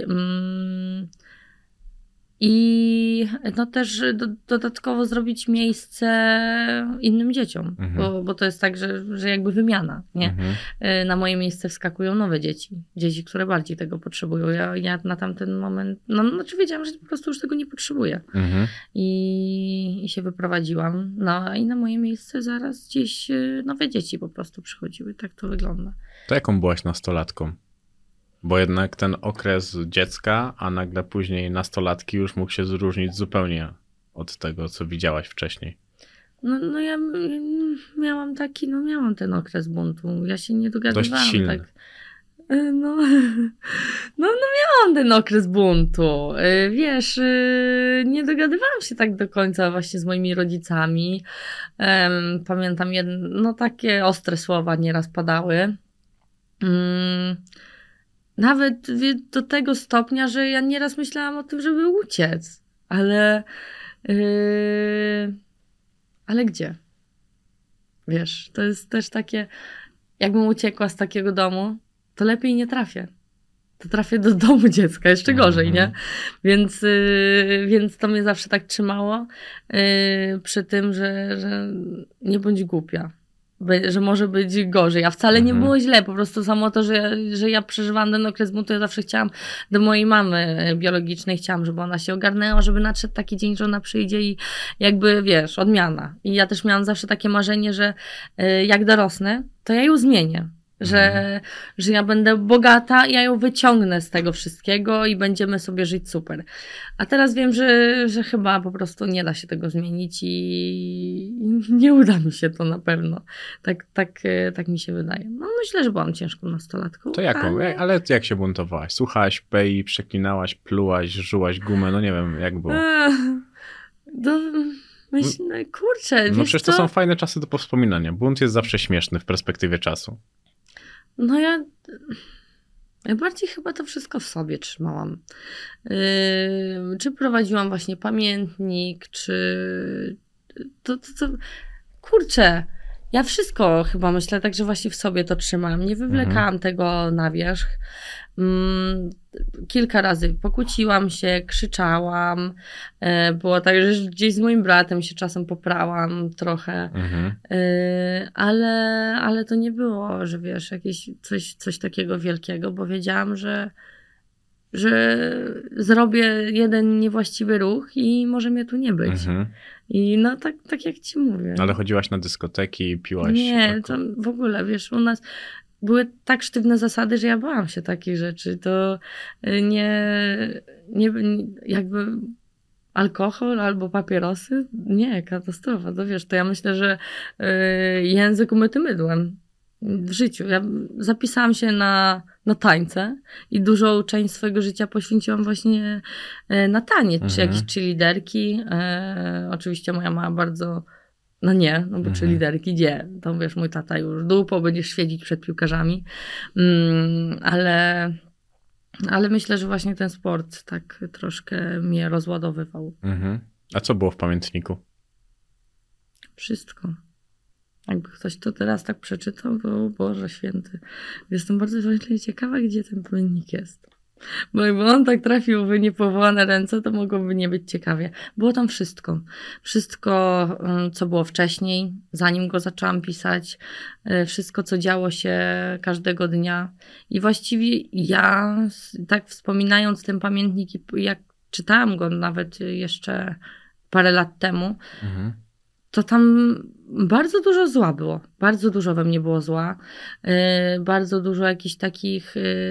i no też dodatkowo zrobić miejsce innym dzieciom, bo to jest tak, że jakby wymiana, nie? Na moje miejsce wskakują nowe dzieci, które bardziej tego potrzebują. Ja na tamten moment, znaczy wiedziałam, że po prostu już tego nie potrzebuję. I się wyprowadziłam. No i na moje miejsce zaraz gdzieś nowe dzieci po prostu przychodziły. Tak to wygląda. To jaką byłaś nastolatką? Bo jednak ten okres dziecka, a nagle później nastolatki już mógł się zróżnić zupełnie od tego, co widziałaś wcześniej. No ja miałam ten okres buntu. Ja się nie dogadywałam. Dość silny. Tak. No miałam ten okres buntu. Wiesz, nie dogadywałam się tak do końca właśnie z moimi rodzicami. Pamiętam takie ostre słowa nieraz padały. Nawet do tego stopnia, że ja nieraz myślałam o tym, żeby uciec. Ale gdzie? Wiesz, to jest też takie, jakbym uciekła z takiego domu, to lepiej nie trafię. To trafię do domu dziecka, jeszcze gorzej, nie? Więc to mnie zawsze tak trzymało przy tym, że nie bądź głupia. Że może być gorzej, a wcale nie było źle, po prostu samo to, że ja przeżywałam ten okres buntu, ja zawsze chciałam do mojej mamy biologicznej, chciałam, żeby ona się ogarnęła, żeby nadszedł taki dzień, że ona przyjdzie i jakby, wiesz, odmiana. I ja też miałam zawsze takie marzenie, że jak dorosnę, to ja ją zmienię. Że ja będę bogata i ja ją wyciągnę z tego wszystkiego i będziemy sobie żyć super. A teraz wiem, że chyba po prostu nie da się tego zmienić i nie uda mi się to na pewno. Tak mi się wydaje. No myślę, że byłam ciężką nastolatką. To jaką? Ale jak się buntowałaś? Słuchałaś Pei, przeklinałaś, plułaś, żułaś gumę, no nie wiem, jak było. Myślę, kurczę. No przecież to są fajne czasy do powspominania. Bunt jest zawsze śmieszny w perspektywie czasu. No ja bardziej chyba to wszystko w sobie trzymałam. Czy prowadziłam właśnie pamiętnik, czy to kurczę, ja wszystko chyba myślę, tak, że właśnie w sobie to trzymałam. Nie wywlekałam tego na wierzch. Kilka razy pokłóciłam się, krzyczałam. Było tak, że gdzieś z moim bratem się czasem poprałam trochę. Ale to nie było, że wiesz, jakieś coś takiego wielkiego, bo wiedziałam, że zrobię jeden niewłaściwy ruch i może mnie tu nie być. I no tak jak ci mówię. Ale chodziłaś na dyskoteki i piłaś? Nie, to w ogóle, wiesz, u nas były tak sztywne zasady, że ja bałam się takich rzeczy. To nie jakby alkohol albo papierosy? Nie, katastrofa. To wiesz, to ja myślę, że język umyty mydłem w życiu. Ja zapisałam się na tańce i dużą część swojego życia poświęciłam właśnie na taniec, czy jakieś cheerleaderki. Oczywiście moja mama bardzo, bo cheerleaderki gdzie? To wiesz, mój tata już dupo, będziesz świecić przed piłkarzami. Ale myślę, że właśnie ten sport tak troszkę mnie rozładowywał. A co było w pamiętniku? Wszystko. Jakby ktoś to teraz tak przeczytał, to Boże Święty. Jestem bardzo właśnie ciekawa, gdzie ten pamiętnik jest. Bo jakby on tak trafił w niepowołane ręce, to mogłoby nie być ciekawie. Było tam wszystko. Wszystko, co było wcześniej, zanim go zaczęłam pisać. Wszystko, co działo się każdego dnia. I właściwie ja, tak wspominając ten pamiętnik, jak czytałam go nawet jeszcze parę lat temu, to tam bardzo dużo zła było. Bardzo dużo we mnie było zła. Bardzo dużo jakichś takich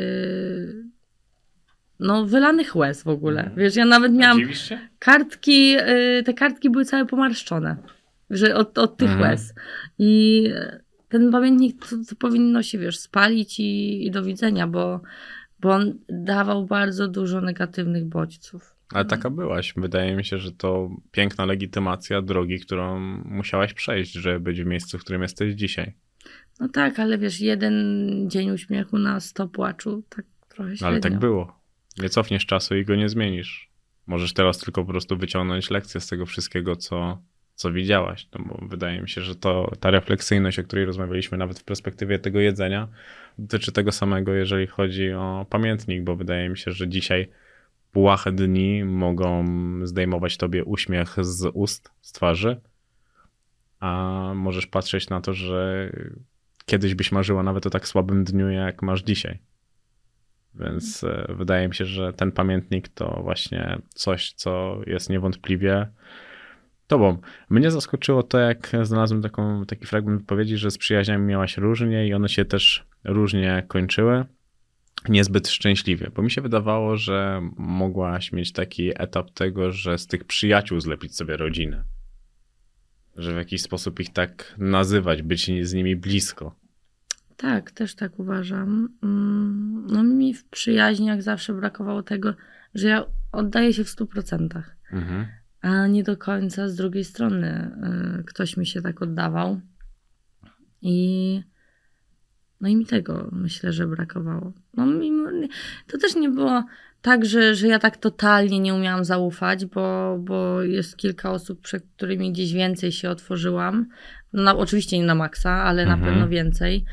wylanych łez w ogóle. Wiesz, ja nawet miałam kartki, te kartki były całe pomarszczone. Że od tych łez. I ten pamiętnik to powinno się, wiesz, spalić i do widzenia, bo on dawał bardzo dużo negatywnych bodźców. Ale taka byłaś. Wydaje mi się, że to piękna legitymacja drogi, którą musiałaś przejść, żeby być w miejscu, w którym jesteś dzisiaj. No tak, ale wiesz, jeden dzień uśmiechu na 100 płaczu, tak trochę średnio. Ale tak było. Nie cofniesz czasu i go nie zmienisz. Możesz teraz tylko po prostu wyciągnąć lekcję z tego wszystkiego, co widziałaś. No bo wydaje mi się, że ta refleksyjność, o której rozmawialiśmy nawet w perspektywie tego jedzenia, dotyczy tego samego, jeżeli chodzi o pamiętnik, bo wydaje mi się, że dzisiaj błahe dni mogą zdejmować tobie uśmiech z ust, z twarzy, a możesz patrzeć na to, że kiedyś byś marzyła nawet o tak słabym dniu, jak masz dzisiaj. Więc wydaje mi się, że ten pamiętnik to właśnie coś, co jest niewątpliwie tobą. Mnie zaskoczyło to, jak znalazłem taki fragment wypowiedzi, że z przyjaźniami miałaś różnie i one się też różnie kończyły. Niezbyt szczęśliwie, bo mi się wydawało, że mogłaś mieć taki etap tego, że z tych przyjaciół zlepić sobie rodzinę. Że w jakiś sposób ich tak nazywać, być z nimi blisko. Tak, też tak uważam. No mi w przyjaźniach zawsze brakowało tego, że ja oddaję się w 100%. A nie do końca z drugiej strony ktoś mi się tak oddawał. I mi tego myślę, że brakowało. To też nie było tak, że ja tak totalnie nie umiałam zaufać, bo jest kilka osób, przed którymi gdzieś więcej się otworzyłam. Oczywiście nie na maksa, ale na pewno więcej.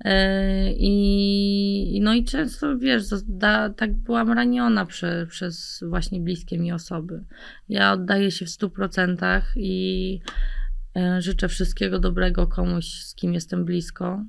I często, wiesz, tak byłam raniona przez właśnie bliskie mi osoby. Ja oddaję się w 100% i życzę wszystkiego dobrego komuś, z kim jestem blisko.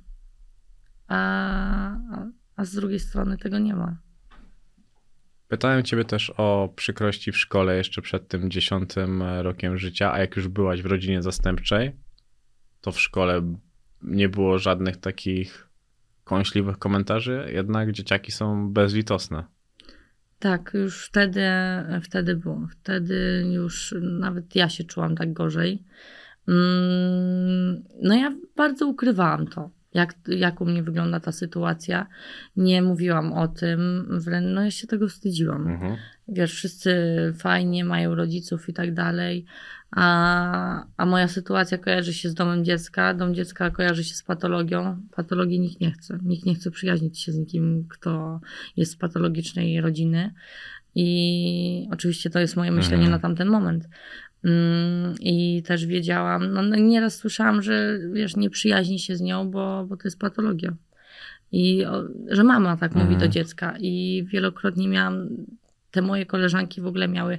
A z drugiej strony tego nie ma. Pytałem ciebie też o przykrości w szkole jeszcze przed tym 10 rokiem życia, a jak już byłaś w rodzinie zastępczej, to w szkole nie było żadnych takich kąśliwych komentarzy, jednak dzieciaki są bezlitosne. Tak, już wtedy było. Wtedy już nawet ja się czułam tak gorzej. Ja bardzo ukrywałam to. jak u mnie wygląda ta sytuacja. Nie mówiłam o tym, wręcz no ja się tego wstydziłam. Wiesz, wszyscy fajnie mają rodziców i tak dalej, a moja sytuacja kojarzy się z domem dziecka, dom dziecka kojarzy się z patologią. Patologii nikt nie chce. Nikt nie chce przyjaźnić się z nikim, kto jest z patologicznej rodziny. I oczywiście to jest moje myślenie na tamten moment. I też wiedziałam, no nieraz słyszałam, że wiesz, nie przyjaźni się z nią, bo to jest patologia. I że mama tak mówi do dziecka. I wielokrotnie miałam, te moje koleżanki w ogóle miały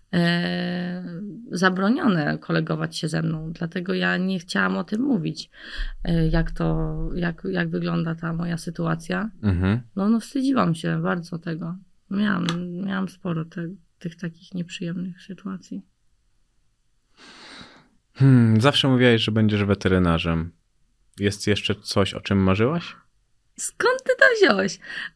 zabronione kolegować się ze mną. Dlatego ja nie chciałam o tym mówić, jak wygląda ta moja sytuacja. No wstydziłam się bardzo tego. Miałam sporo tych takich nieprzyjemnych sytuacji. Zawsze mówiłaś, że będziesz weterynarzem. Jest jeszcze coś, o czym marzyłaś? Skąd ty to wziąłeś?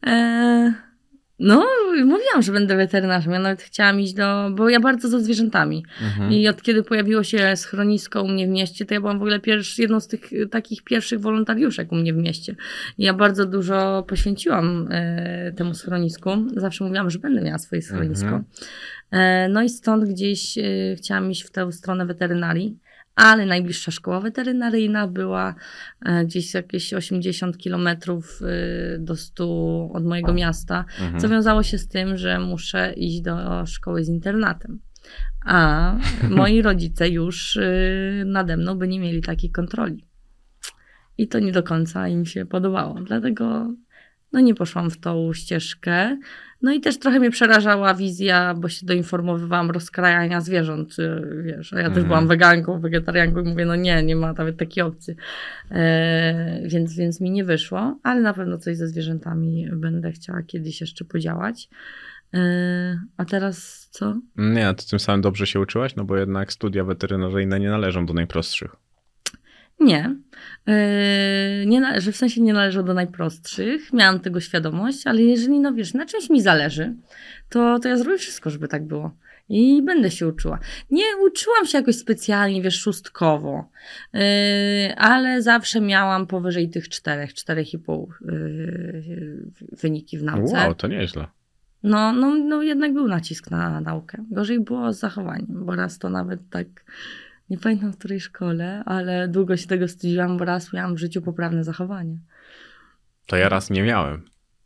No, mówiłam, że będę weterynarzem. Ja nawet chciałam iść bo ja bardzo za zwierzętami. I od kiedy pojawiło się schronisko u mnie w mieście, to ja byłam w ogóle jedną z tych takich pierwszych wolontariuszek u mnie w mieście. I ja bardzo dużo poświęciłam temu schronisku. Zawsze mówiłam, że będę miała swoje schronisko. No i stąd gdzieś chciałam iść w tę stronę weterynarii. Ale najbliższa szkoła weterynaryjna była gdzieś jakieś 80 kilometrów do 100 od mojego miasta, co wiązało się z tym, że muszę iść do szkoły z internatem. A moi rodzice już nade mną by nie mieli takiej kontroli. I to nie do końca im się podobało. Dlatego nie poszłam w tą ścieżkę. No i też trochę mnie przerażała wizja, bo się doinformowywałam rozkrajania zwierząt, wiesz, a ja też byłam weganką, wegetarianką i mówię, nie ma nawet takiej opcji. Więc mi nie wyszło, ale na pewno coś ze zwierzętami będę chciała kiedyś jeszcze podziałać. A teraz co? Nie, to tym samym dobrze się uczyłaś, no bo jednak studia weterynaryjne nie należą do najprostszych. Nie, że w sensie nie należą do najprostszych, miałam tego świadomość, ale jeżeli, na czymś mi zależy, to ja zrobię wszystko, żeby tak było i będę się uczyła. Nie uczyłam się jakoś specjalnie, szóstkowo, ale zawsze miałam powyżej tych 4,5 wyniki w nauce. Wow, to nieźle. No jednak był nacisk na naukę. Gorzej było z zachowaniem, bo raz to nawet tak... Nie pamiętam w której szkole, ale długo się tego wstydziłam, bo raz miałam w życiu poprawne zachowanie. To ja raz nie miałem.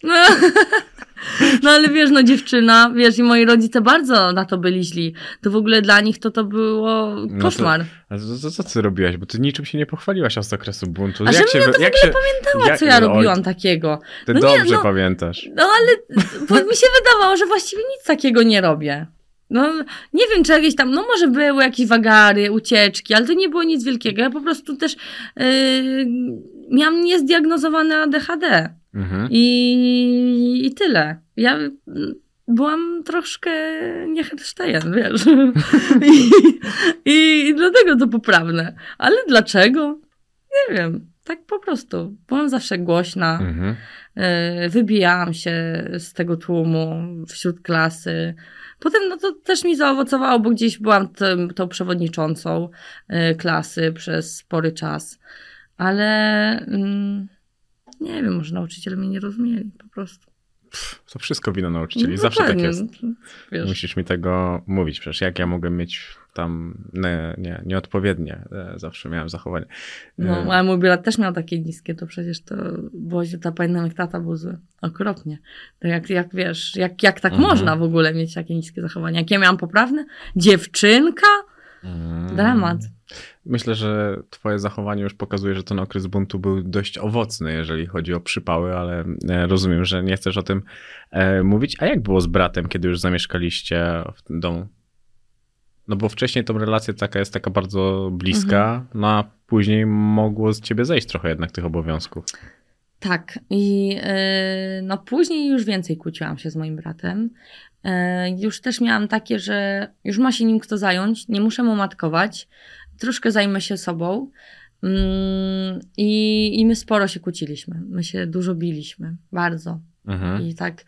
No ale dziewczyna, i moi rodzice bardzo na to byli źli. To w ogóle dla nich to było koszmar. Co ty robiłaś? Bo ty niczym się nie pochwaliłaś z okresu buntu. A żebym ja to w ogóle pamiętała, co ja robiłam takiego. Ty dobrze pamiętasz. No ale mi się wydawało, że właściwie nic takiego nie robię. Nie wiem, czy jakieś tam, może były jakieś wagary, ucieczki, ale to nie było nic wielkiego. Ja po prostu też miałam niezdiagnozowane ADHD. I tyle. Ja byłam troszkę nie Hersztejen, wiesz. I dlatego to poprawne. Ale dlaczego? Nie wiem. Tak po prostu. Byłam zawsze głośna. Wybijałam się z tego tłumu wśród klasy. Potem to też mi zaowocowało, bo gdzieś byłam tą przewodniczącą klasy przez spory czas. Ale nie wiem, może nauczyciele mnie nie rozumieli po prostu. To wszystko wina nauczycieli. Zawsze tak jest. Wiesz. Musisz mi tego mówić. Przecież jak ja mogę mieć tam nieodpowiednie. Zawsze miałem zachowanie. Ale mój brat też miał takie niskie, to przecież to było, pamiętam jak tata był zły. Okropnie. To jak wiesz, jak tak można w ogóle mieć takie niskie zachowania? Jak ja miałam poprawne? Dziewczynka? Dramat. Myślę, że twoje zachowanie już pokazuje, że ten okres buntu był dość owocny, jeżeli chodzi o przypały, ale rozumiem, że nie chcesz o tym mówić. A jak było z bratem, kiedy już zamieszkaliście w tym domu? No bo wcześniej tą relację jest taka bardzo bliska, a później mogło z ciebie zejść trochę jednak tych obowiązków. Tak. I później już więcej kłóciłam się z moim bratem. Już też miałam takie, że już ma się nim kto zająć, nie muszę mu matkować, troszkę zajmę się sobą. I my sporo się kłóciliśmy. My się dużo biliśmy. Bardzo. I tak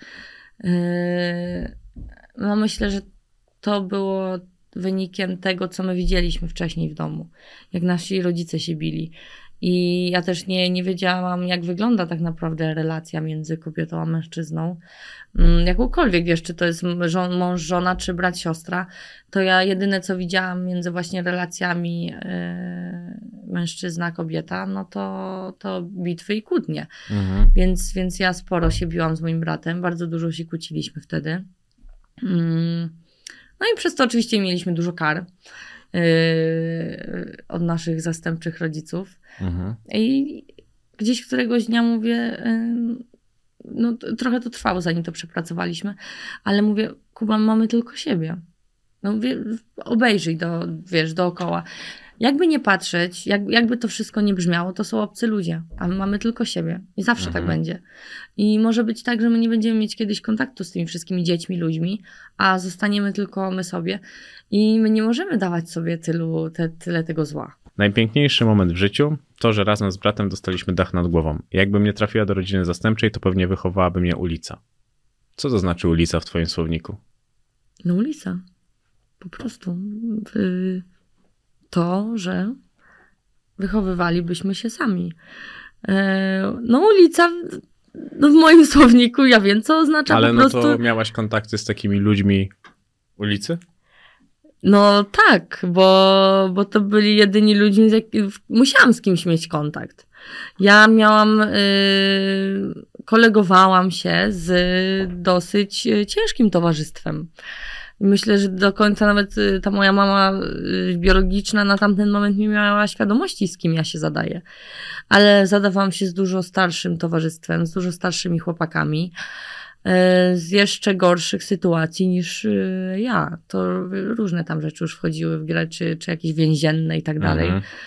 myślę, że to było wynikiem tego, co my widzieliśmy wcześniej w domu. Jak nasi rodzice się bili. I ja też nie wiedziałam, jak wygląda tak naprawdę relacja między kobietą a mężczyzną. Jakąkolwiek, wiesz, czy to jest mąż, żona, czy brat, siostra, to ja jedyne, co widziałam między właśnie relacjami mężczyzna, kobieta, no to bitwy i kłótnie. Więc ja sporo się biłam z moim bratem, bardzo dużo się kłóciliśmy wtedy. No i przez to oczywiście mieliśmy dużo kar od naszych zastępczych rodziców. I gdzieś któregoś dnia mówię, no trochę to trwało, zanim to przepracowaliśmy, ale mówię, Kuba, mamy tylko siebie. No obejrzyj dookoła. Jakby nie patrzeć, jakby to wszystko nie brzmiało, to są obcy ludzie, a my mamy tylko siebie i zawsze tak będzie. I może być tak, że my nie będziemy mieć kiedyś kontaktu z tymi wszystkimi dziećmi, ludźmi, a zostaniemy tylko my sobie i my nie możemy dawać sobie tyle tego zła. Najpiękniejszy moment w życiu to, że razem z bratem dostaliśmy dach nad głową. Jakbym nie trafiła do rodziny zastępczej, to pewnie wychowałaby mnie ulica. Co to znaczy ulica w twoim słowniku? No ulica. Po prostu. To, że wychowywalibyśmy się sami. No ulica, no w moim słowniku ja wiem, co oznacza ale po prostu... Ale no to miałaś kontakty z takimi ludźmi ulicy? No tak, bo to byli jedyni ludzie, musiałam z kimś mieć kontakt. Ja kolegowałam się z dosyć ciężkim towarzystwem. Myślę, że do końca nawet ta moja mama biologiczna na tamten moment nie miała świadomości, z kim ja się zadaję. Ale zadawałam się z dużo starszym towarzystwem, z dużo starszymi chłopakami, z jeszcze gorszych sytuacji niż ja. To różne tam rzeczy już wchodziły w grę, czy jakieś więzienne i tak dalej.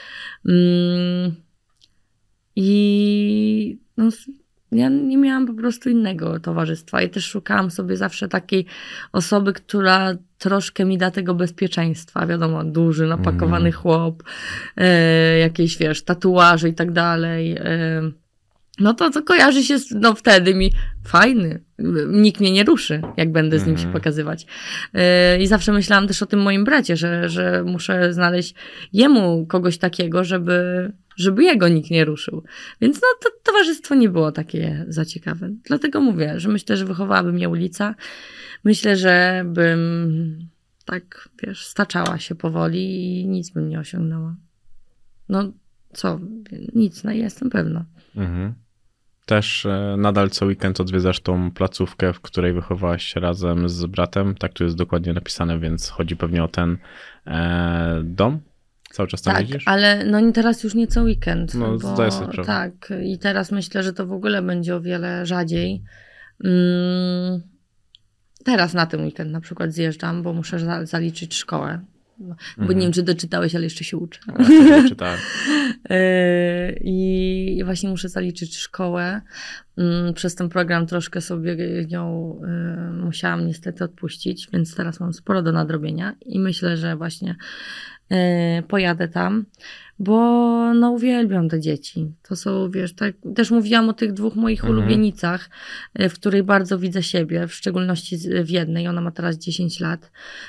I no, ja nie miałam po prostu innego towarzystwa i też szukałam sobie zawsze takiej osoby, która troszkę mi da tego bezpieczeństwa. Wiadomo, duży, napakowany chłop, jakieś, wiesz, tatuaże i tak dalej. No to kojarzy się, no wtedy mi fajny, nikt mnie nie ruszy, jak będę z nim się pokazywać. I zawsze myślałam też o tym moim bracie, że muszę znaleźć jemu kogoś takiego, żeby jego nikt nie ruszył. Więc no to towarzystwo nie było takie za ciekawe. Dlatego mówię, że myślę, że wychowałaby mnie ulica. Myślę, że bym tak, wiesz, staczała się powoli i nic bym nie osiągnęła. No co, nic, no jestem pewna. Też nadal co weekend odwiedzasz tą placówkę, w której wychowałaś się razem z bratem. Tak tu jest dokładnie napisane, więc chodzi pewnie o ten dom. Cały czas tam jeździsz? Tak, ale no teraz już nie co weekend. No, zdaję sobie sprawę. Tak, i teraz myślę, że to w ogóle będzie o wiele rzadziej. Teraz na ten weekend na przykład zjeżdżam, bo muszę zaliczyć szkołę. Bo nie wiem, czy doczytałeś, ale jeszcze się uczę. Ja doczytałem. I właśnie muszę zaliczyć szkołę. Przez ten program troszkę sobie ją musiałam niestety odpuścić, więc teraz mam sporo do nadrobienia i myślę, że właśnie pojadę tam, bo no uwielbiam te dzieci. To są, wiesz, tak, też mówiłam o tych dwóch moich ulubienicach, w której bardzo widzę siebie, w szczególności w jednej, ona ma teraz 10 lat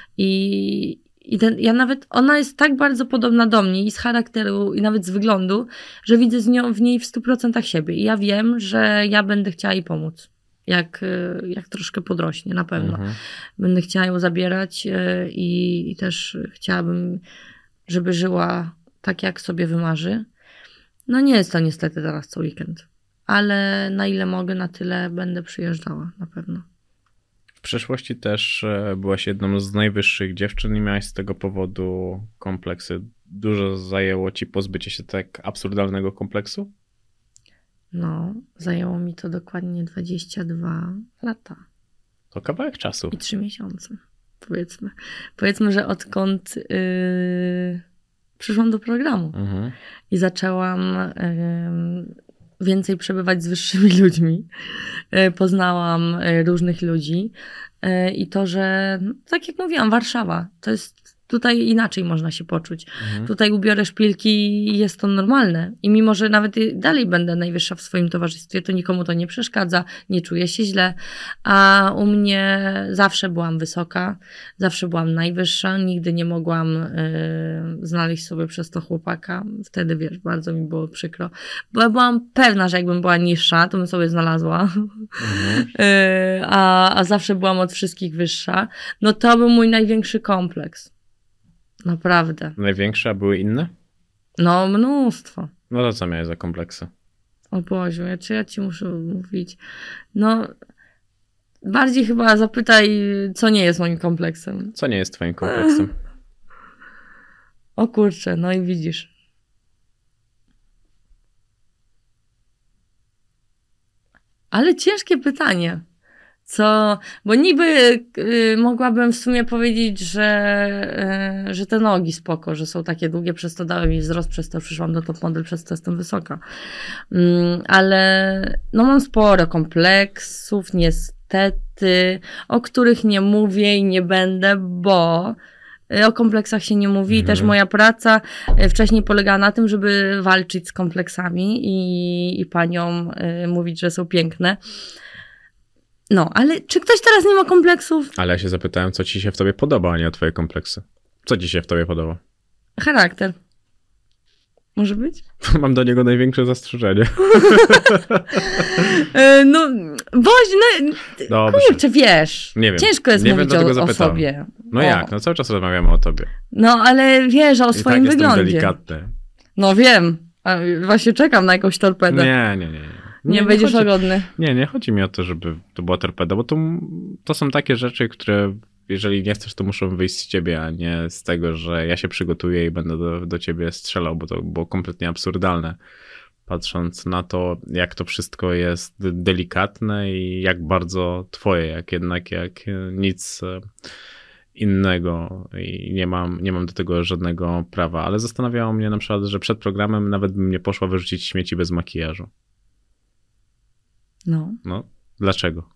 ona jest tak bardzo podobna do mnie i z charakteru, i nawet z wyglądu, że widzę w niej w 100% siebie. I ja wiem, że ja będę chciała jej pomóc. Jak troszkę podrośnie, na pewno. Będę chciała ją zabierać i też chciałabym, żeby żyła tak, jak sobie wymarzy. No nie jest to niestety teraz co weekend. Ale na ile mogę, na tyle będę przyjeżdżała, na pewno. W przeszłości też byłaś jedną z najwyższych dziewczyn i miałaś z tego powodu kompleksy. Dużo zajęło ci pozbycie się tak absurdalnego kompleksu? No, zajęło mi to dokładnie 22 lata. To kawałek czasu. I 3 miesiące, powiedzmy. Powiedzmy, że odkąd przyszłam do programu i zaczęłam więcej przebywać z wyższymi ludźmi. Poznałam różnych ludzi i to, że tak jak mówiłam, Warszawa to jest tutaj inaczej można się poczuć. Tutaj ubiorę szpilki i jest to normalne. I mimo, że nawet dalej będę najwyższa w swoim towarzystwie, to nikomu to nie przeszkadza, nie czuję się źle. A u mnie zawsze byłam wysoka, zawsze byłam najwyższa, nigdy nie mogłam znaleźć sobie przez to chłopaka. Wtedy, wiesz, bardzo mi było przykro. Bo ja byłam pewna, że jakbym była niższa, to bym sobie znalazła. A zawsze byłam od wszystkich wyższa. No to był mój największy kompleks. Naprawdę. Największe, a były inne? No, mnóstwo. No to co miałeś za kompleksy? O Boziu, czy ja ci muszę mówić? No, bardziej chyba zapytaj, co nie jest moim kompleksem. Co nie jest twoim kompleksem? O kurczę, no i widzisz. Ale ciężkie pytanie. Bo niby mogłabym w sumie powiedzieć, że te nogi spoko, że są takie długie, przez to dały mi wzrost, przez to przyszłam do top model, przez to jestem wysoka. Ale no mam sporo kompleksów, niestety, o których nie mówię i nie będę, bo o kompleksach się nie mówi. Też moja praca wcześniej polegała na tym, żeby walczyć z kompleksami i paniom mówić, że są piękne. No, ale czy ktoś teraz nie ma kompleksów? Ale ja się zapytałem, co ci się w tobie podoba, a nie o twoje kompleksy. Co ci się w tobie podoba? Charakter. Może być? Mam do niego największe zastrzeżenie. No, kurczę, wiesz. Nie wiem. Ciężko jest mówić o sobie. No jak? No cały czas rozmawiamy o tobie. No, ale wiesz, o swoim tak wyglądzie. Jestem delikatny. No wiem. A właśnie czekam na jakąś torpedę. Nie. Nie będziesz łagodny. Nie chodzi mi o to, żeby to była torpeda, bo to są takie rzeczy, które jeżeli nie chcesz, to muszą wyjść z ciebie, a nie z tego, że ja się przygotuję i będę do ciebie strzelał, bo to było kompletnie absurdalne. Patrząc na to, jak to wszystko jest delikatne i jak bardzo twoje, jak nic innego i nie mam do tego żadnego prawa. Ale zastanawiało mnie na przykład, że przed programem nawet bym nie poszła wyrzucić śmieci bez makijażu. No, dlaczego?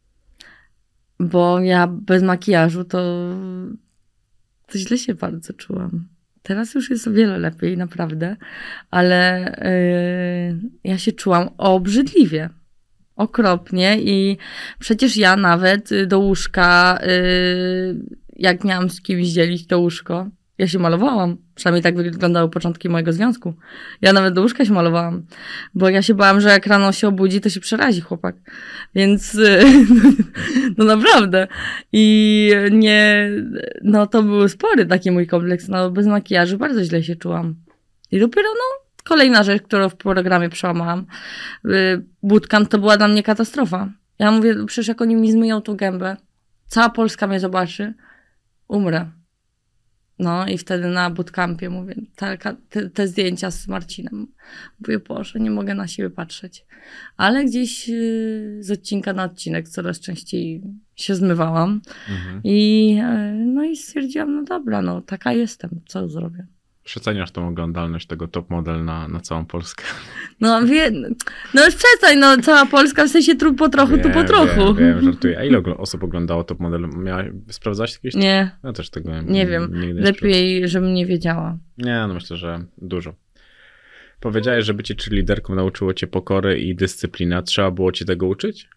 Bo ja bez makijażu to źle się bardzo czułam. Teraz już jest o wiele lepiej, naprawdę, ale ja się czułam obrzydliwie, okropnie i przecież ja nawet do łóżka, jak miałam z kimś dzielić to łóżko, ja się malowałam. Przynajmniej tak wyglądały początki mojego związku. Ja nawet do łóżka się malowałam. Bo ja się bałam, że jak rano się obudzi, to się przerazi chłopak. Więc no naprawdę. I no to był spory taki mój kompleks. No bez makijażu bardzo źle się czułam. I dopiero kolejna rzecz, którą w programie przełamałam. Bootcamp to była dla mnie katastrofa. Ja mówię, przecież jak oni mi zmyją tą gębę, cała Polska mnie zobaczy, umrę. No i wtedy na bootcampie mówię, te zdjęcia z Marcinem. Mówię, Boże, nie mogę na siebie patrzeć. Ale gdzieś z odcinka na odcinek coraz częściej się zmywałam. I stwierdziłam, no dobra, taka jestem, co zrobię. Przeceniasz tą oglądalność tego top model na całą Polskę. No już przestań, cała Polska, w sensie po trochu, tu po trochu. Wiem, żartuję. A ile osób oglądało top model? Sprawdzałaś jakieś? Nie. Ja też tego nie wiem. Lepiej, żebym nie wiedziała. Nie, myślę, że dużo. Powiedziałeś, że bycie cheerleaderką nauczyło cię pokory i dyscypliny. A trzeba było ci tego uczyć?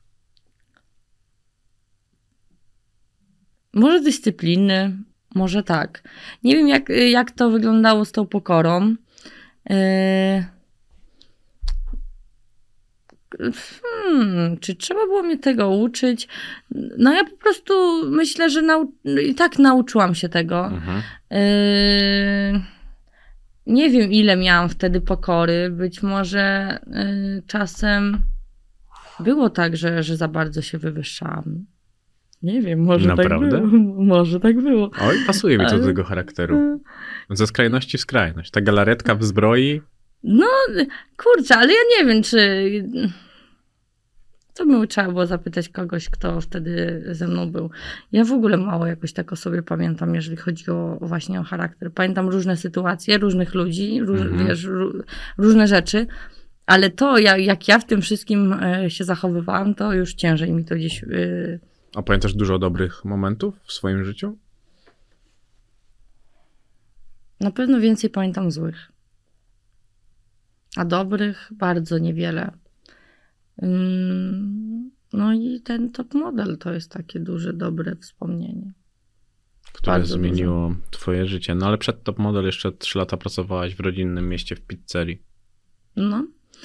Może dyscypliny. Może tak. Nie wiem, jak to wyglądało z tą pokorą. Czy trzeba było mnie tego uczyć? No ja po prostu myślę, że i tak nauczyłam się tego. Nie wiem, ile miałam wtedy pokory. Być może czasem było tak, że za bardzo się wywyższałam. Nie wiem, może naprawdę? Tak było. Może tak było. Oj, pasuje mi to do tego charakteru. Ze skrajności w skrajność. Ta galaretka w zbroi. No, kurczę, ale ja nie wiem, czy... To by trzeba było zapytać kogoś, kto wtedy ze mną był. Ja w ogóle mało jakoś tak o sobie pamiętam, jeżeli chodzi właśnie o charakter. Pamiętam różne sytuacje, różnych ludzi, różne rzeczy, ale to, jak ja w tym wszystkim się zachowywałam, to już ciężej mi to gdzieś... A pamiętasz dużo dobrych momentów w swoim życiu? Na pewno więcej pamiętam złych. A dobrych bardzo niewiele. No i ten top model to jest takie duże, dobre wspomnienie. Które bardzo zmieniło twoje życie. No ale przed top model jeszcze 3 lata pracowałaś w rodzinnym mieście w pizzerii. No.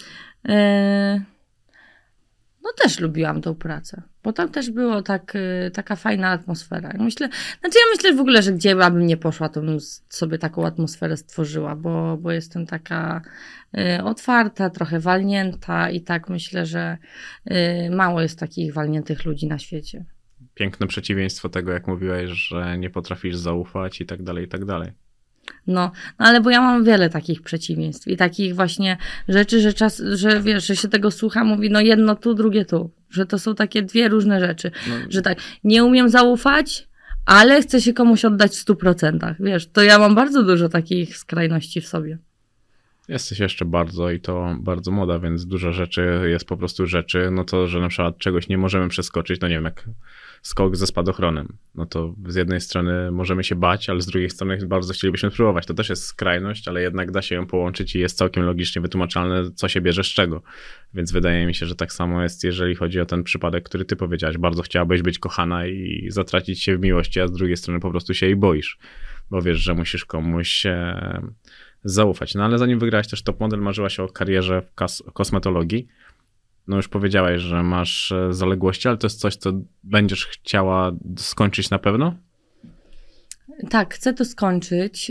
No też lubiłam tą pracę, bo tam też było taka fajna atmosfera. Ja myślę w ogóle, że gdzie bym nie poszła, to bym sobie taką atmosferę stworzyła, bo jestem taka otwarta, trochę walnięta i tak myślę, że mało jest takich walniętych ludzi na świecie. Piękne przeciwieństwo tego, jak mówiłeś, że nie potrafisz zaufać i tak dalej, i tak dalej. No, ale bo ja mam wiele takich przeciwieństw i takich właśnie rzeczy, że wiesz, że się tego słucha, mówi no jedno tu, drugie tu, że to są takie dwie różne rzeczy, że tak, nie umiem zaufać, ale chcę się komuś oddać w 100%, wiesz, to ja mam bardzo dużo takich skrajności w sobie. Jesteś jeszcze bardzo i to bardzo młoda, więc dużo rzeczy jest po prostu rzeczy, no to, że na przykład czegoś nie możemy przeskoczyć, no nie wiem, jak skok ze spadochronem, no to z jednej strony możemy się bać, ale z drugiej strony bardzo chcielibyśmy spróbować. To też jest skrajność, ale jednak da się ją połączyć i jest całkiem logicznie wytłumaczalne, co się bierze z czego. Więc wydaje mi się, że tak samo jest, jeżeli chodzi o ten przypadek, który ty powiedziałaś. Bardzo chciałabyś być kochana i zatracić się w miłości, a z drugiej strony po prostu się jej boisz, bo wiesz, że musisz komuś zaufać. No ale zanim wygrałaś też top model, marzyłaś o karierze w kosmetologii. No już powiedziałaś, że masz zaległości, ale to jest coś, co będziesz chciała skończyć na pewno? Tak, chcę to skończyć,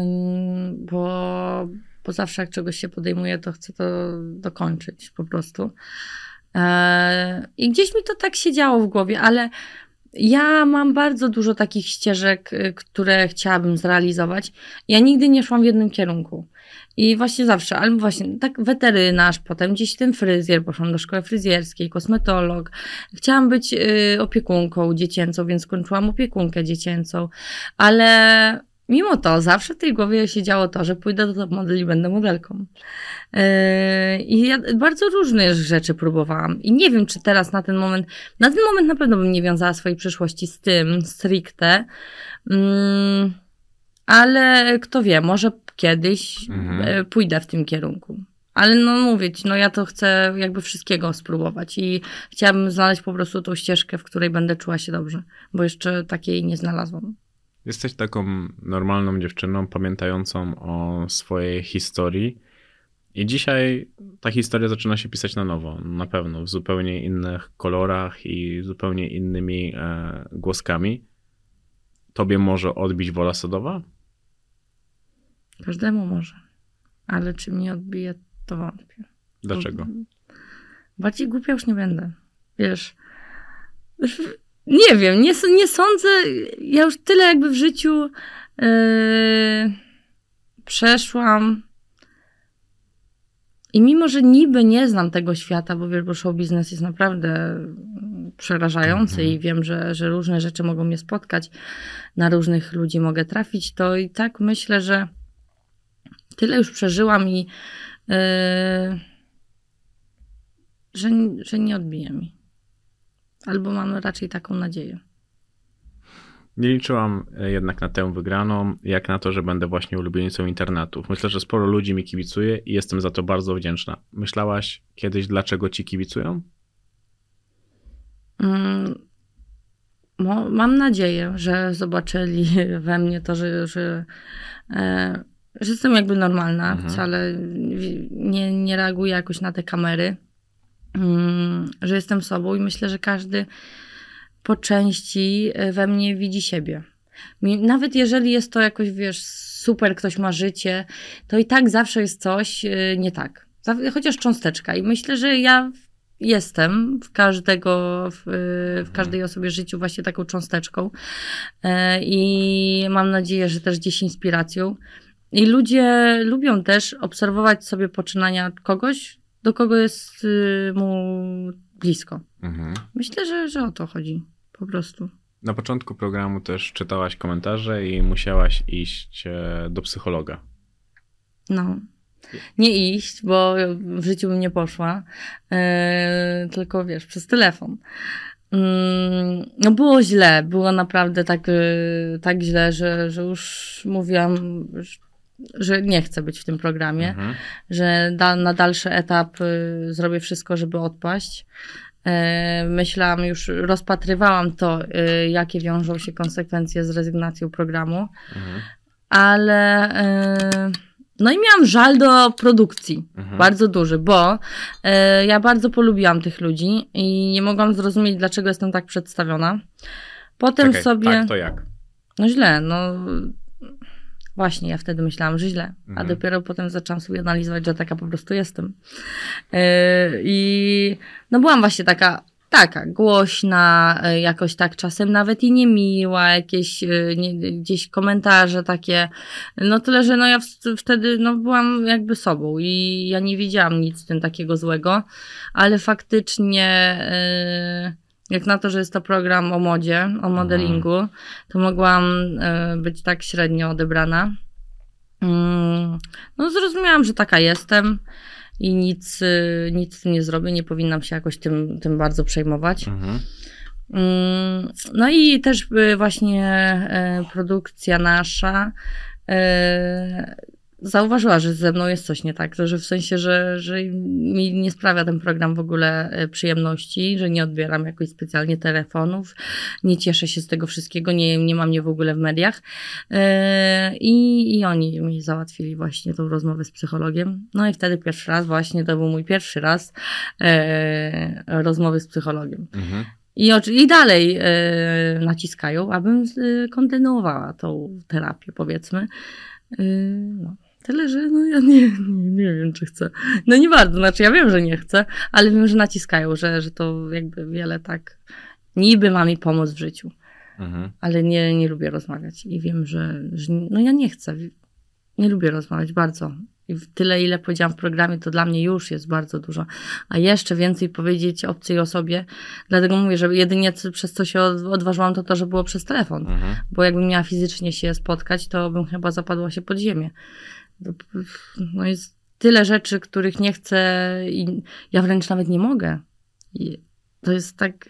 bo zawsze jak czegoś się podejmuję, to chcę to dokończyć po prostu. I gdzieś mi to tak się działo w głowie, ale ja mam bardzo dużo takich ścieżek, które chciałabym zrealizować. Ja nigdy nie szłam w jednym kierunku. I właśnie zawsze, albo właśnie tak weterynarz, potem gdzieś ten fryzjer, poszłam do szkoły fryzjerskiej, kosmetolog. Chciałam być opiekunką dziecięcą, więc skończyłam opiekunkę dziecięcą, ale mimo to zawsze w tej głowie siedziało to, że pójdę do top model i będę modelką. I ja bardzo różne rzeczy próbowałam i nie wiem, czy teraz na ten moment na pewno bym nie wiązała swojej przyszłości z tym stricte, ale kto wie, może kiedyś pójdę w tym kierunku. Ale no mówię ci, no ja to chcę jakby wszystkiego spróbować i chciałabym znaleźć po prostu tą ścieżkę, w której będę czuła się dobrze, bo jeszcze takiej nie znalazłam. Jesteś taką normalną dziewczyną, pamiętającą o swojej historii i dzisiaj ta historia zaczyna się pisać na nowo, na pewno, w zupełnie innych kolorach i zupełnie innymi głoskami. Tobie może odbić wola sodowa? Każdemu może, ale czy mnie odbije, to wątpię. Dlaczego? Bardziej głupia już nie będę, wiesz. Nie wiem, nie sądzę, ja już tyle jakby w życiu przeszłam i mimo, że niby nie znam tego świata, bo wiesz, bo show biznes jest naprawdę przerażający i wiem, że różne rzeczy mogą mnie spotkać, na różnych ludzi mogę trafić, to i tak myślę, że tyle już przeżyłam i że nie odbije mi. Albo mam raczej taką nadzieję. Nie liczyłam jednak na tę wygraną, jak na to, że będę właśnie ulubienicą internetów. Myślę, że sporo ludzi mi kibicuje i jestem za to bardzo wdzięczna. Myślałaś kiedyś, dlaczego ci kibicują? Mam nadzieję, że zobaczyli we mnie to, że jestem jakby normalna, wcale nie reaguję jakoś na te kamery, że jestem sobą i myślę, że każdy po części we mnie widzi siebie. Nawet jeżeli jest to jakoś, wiesz, super, ktoś ma życie, to i tak zawsze jest coś nie tak. Chociaż cząsteczka. I myślę, że ja jestem w każdej osobie życiu właśnie taką cząsteczką. I mam nadzieję, że też gdzieś inspiracją. I ludzie lubią też obserwować sobie poczynania kogoś, do kogo jest mu blisko. Myślę, że o to chodzi po prostu. Na początku programu też czytałaś komentarze i musiałaś iść do psychologa. No. Nie iść, bo w życiu bym nie poszła, tylko wiesz, przez telefon. No było źle, było naprawdę tak źle, że już mówiłam, że nie chcę być w tym programie, że na dalszy etap zrobię wszystko, żeby odpaść. Myślałam już, rozpatrywałam to, jakie wiążą się konsekwencje z rezygnacją programu, ale no i miałam żal do produkcji, bardzo duży, bo ja bardzo polubiłam tych ludzi i nie mogłam zrozumieć, dlaczego jestem tak przedstawiona. Potem sobie... Tak, to jak? No źle, no właśnie, ja wtedy myślałam, że źle, a dopiero potem zaczęłam sobie analizować, że taka po prostu jestem. I no byłam właśnie taka głośna, jakoś tak czasem nawet i niemiła, jakieś gdzieś komentarze takie, no tyle, że no ja wtedy no byłam jakby sobą i ja nie widziałam nic w tym takiego złego, ale faktycznie jak na to, że jest to program o modzie, o modelingu, to mogłam być tak średnio odebrana. No zrozumiałam, że taka jestem i nic z tym nie zrobię, nie powinnam się jakoś tym bardzo przejmować. No i też właśnie produkcja nasza zauważyła, że ze mną jest coś nie tak, że w sensie, że mi nie sprawia ten program w ogóle przyjemności, że nie odbieram jakoś specjalnie telefonów, nie cieszę się z tego wszystkiego, nie ma mnie w ogóle w mediach. I oni mi załatwili właśnie tą rozmowę z psychologiem. No i wtedy pierwszy raz właśnie, to był mój pierwszy raz rozmowy z psychologiem. I dalej naciskają, abym kontynuowała tą terapię, powiedzmy. No. Tyle, że no ja nie wiem, czy chcę. No nie bardzo, znaczy ja wiem, że nie chcę, ale wiem, że naciskają, że to jakby wiele tak niby ma mi pomóc w życiu. Ale nie lubię rozmawiać i wiem, że no ja nie chcę. Nie lubię rozmawiać bardzo. I tyle, ile powiedziałam w programie, to dla mnie już jest bardzo dużo. A jeszcze więcej powiedzieć obcej osobie. Dlatego mówię, że jedynie przez co się odważyłam, to że było przez telefon. Bo jakbym miała fizycznie się spotkać, to bym chyba zapadła się pod ziemię. No jest tyle rzeczy, których nie chcę i ja wręcz nawet nie mogę. I to jest tak,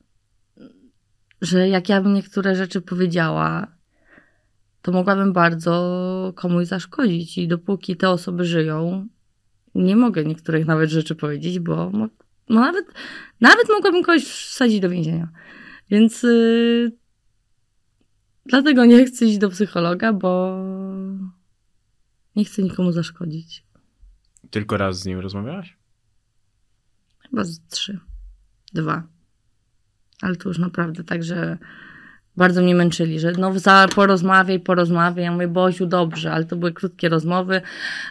że jak ja bym niektóre rzeczy powiedziała, to mogłabym bardzo komuś zaszkodzić i dopóki te osoby żyją, nie mogę niektórych nawet rzeczy powiedzieć, bo nawet mogłabym kogoś wsadzić do więzienia. Więc dlatego nie chcę iść do psychologa, bo nie chcę nikomu zaszkodzić. Tylko raz z nim rozmawiałaś? Chyba z 3. 2. Ale to już naprawdę tak, że bardzo mnie męczyli, że no porozmawiaj. Ja mówię, Boziu, dobrze, ale to były krótkie rozmowy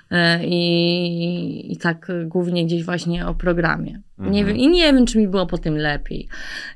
i tak głównie gdzieś właśnie o programie. Nie wiem, czy mi było po tym lepiej.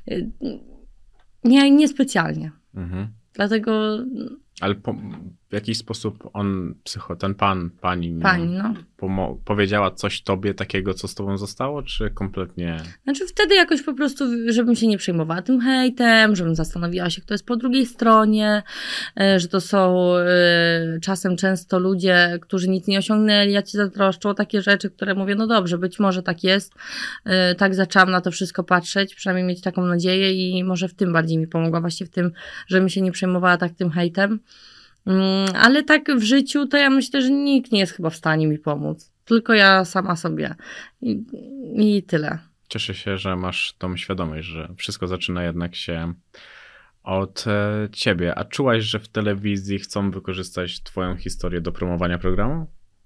Nie specjalnie. Dlatego... Ale w jakiś sposób ten pani powiedziała coś tobie takiego, co z tobą zostało, czy kompletnie... Znaczy wtedy jakoś po prostu, żebym się nie przejmowała tym hejtem, żebym zastanowiła się, kto jest po drugiej stronie, że to są czasem często ludzie, którzy nic nie osiągnęli, ja ci zatroszczą o takie rzeczy, które mówię, no dobrze, być może tak jest. Tak zaczęłam na to wszystko patrzeć, przynajmniej mieć taką nadzieję i może w tym bardziej mi pomogła, właśnie w tym, żebym się nie przejmowała tak tym hejtem. Ale tak w życiu to ja myślę, że nikt nie jest chyba w stanie mi pomóc. Tylko ja sama sobie. I tyle. Cieszę się, że masz tą świadomość, że wszystko zaczyna jednak się od ciebie. A czułaś, że w telewizji chcą wykorzystać twoją historię do promowania programu?